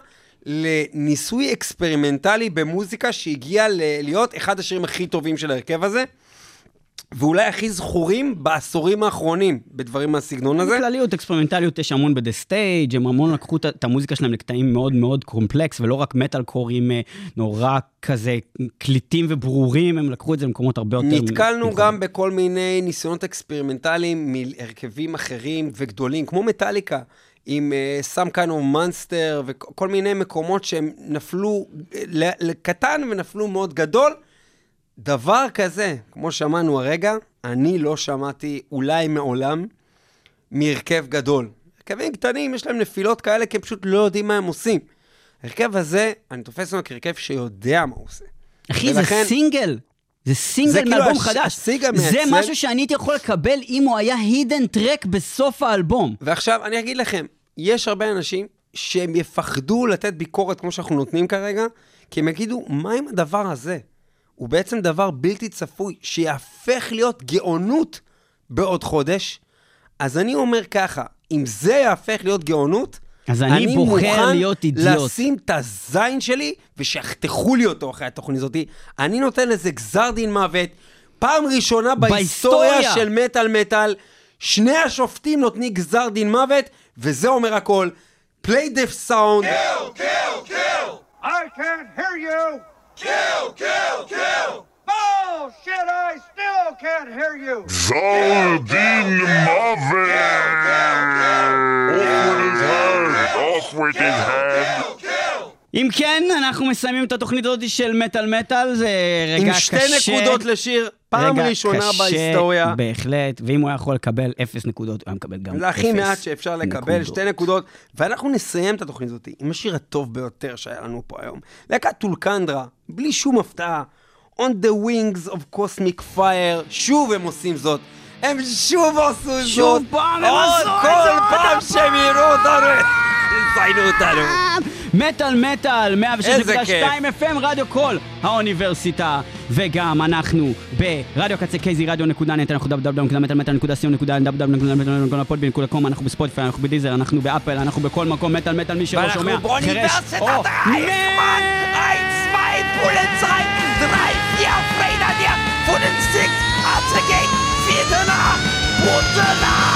לניסוי אקספרימנטלי במוזיקה, שהגיע להיות אחד השירים הכי טובים של הרכב הזה, ואולי הכי זכורים בעשורים האחרונים, בדברים מהסגנון הזה. בכלליות, אקספרימנטליות, יש המון בדה סטייג', הם המון לקחו את המוזיקה שלהם לקטעים מאוד מאוד קומפלקס, ולא רק מטל קורים נורא כזה קליטים וברורים, הם לקחו את זה למקומות הרבה יותר... נתקלנו גם בכל מיני ניסיונות אקספרימנטליים, מהרכבים אחרים וגדולים, כמו מטליקה, עם Some Kind of Monster, וכל מיני מקומות שהם נפלו לקטן ונפלו מאוד גדול, דבר כזה, כמו שמענו הרגע, אני לא שמעתי אולי מעולם מרכב גדול. הרכבים קטנים, יש להם נפילות כאלה, כי הם פשוט לא יודעים מה הם עושים. הרכב הזה, אני תופס לנו כרכב שיודע מה הוא עושה. אחי, ולכן, זה סינגל. זה סינגל מאלבום חדש. זה משהו שאני הייתי יכול לקבל אם הוא היה הידן טרק בסוף האלבום. ועכשיו, אני אגיד לכם, יש הרבה אנשים שהם יפחדו לתת ביקורת כמו שאנחנו נותנים כרגע, כי הם יגידו, מה עם הדבר הזה? הוא בעצם דבר בלתי צפוי, שיהפך להיות גאונות בעוד חודש. אז אני אומר ככה, אם זה יהפך להיות גאונות, אז אני, אני בוחר להיות אידיוט. לשים את הזין שלי, ושיחתכו לי אותו אחרי התוכנית הזאת. אני נותן לזה גזר דין מוות, פעם ראשונה בהיסטוריה, בהיסטוריה של מטל מטל, שני השופטים נותנים גזר דין מוות, וזה אומר הכל. Play the sound. Kill, kill, kill. I can't hear you. Kill, kill, kill! Bullshit, I still can't hear you! גזר דין מוות! Off with his hand! Off with his hand! אם כן, אנחנו מסיימים את התוכנית הזאת של מטל מטל, זה רגע עם קשה. שתי נקודות לשיר, פעם ראשונה בהיסטוריה. רגע קשה, בהחלט, ואם הוא היה יכול לקבל אפס נקודות, הוא היה מקבל גם אפס. זה הכי מעט שאפשר לקבל, נקודות. שתי נקודות, ואנחנו נסיים את התוכנית הזאת עם השיר הטוב ביותר שהיה לנו פה היום. להקת טולקנדרה, בלי שום הפתעה, On the Wings of Cosmic Fire, שוב הם עושים זאת. הם שוב עשו זאת. שוב פעם הם עוד עשו את כל זה, פעם עוד שהם יראו אותנו, יציינו אותנו. מטל מטל, מאה ושש נקודה איזה שתיים כיף. אף אם, רדיו קול האוניברסיטה, וגם אנחנו ברדיו קצה קייזי רדיו נקודה נט, אנחנו דאבליו דאבליו דאבליו נקודה מטל מטל נקודה סי או נקודה אן דאבליו דאבליו דאבליו נקודה פודבין נקודה קום, אנחנו בספוטיפיי, אנחנו בדיזר, אנחנו באפל, אנחנו בכל מקום, מטל מטל, מי שלא שומע, ואנחנו באוניברסיטת או, רייכמן, eins, zwei, Bullen, zwei, drei, vier, Freunde, der, von den Six, Arze geht, vierte nach, gute Nacht.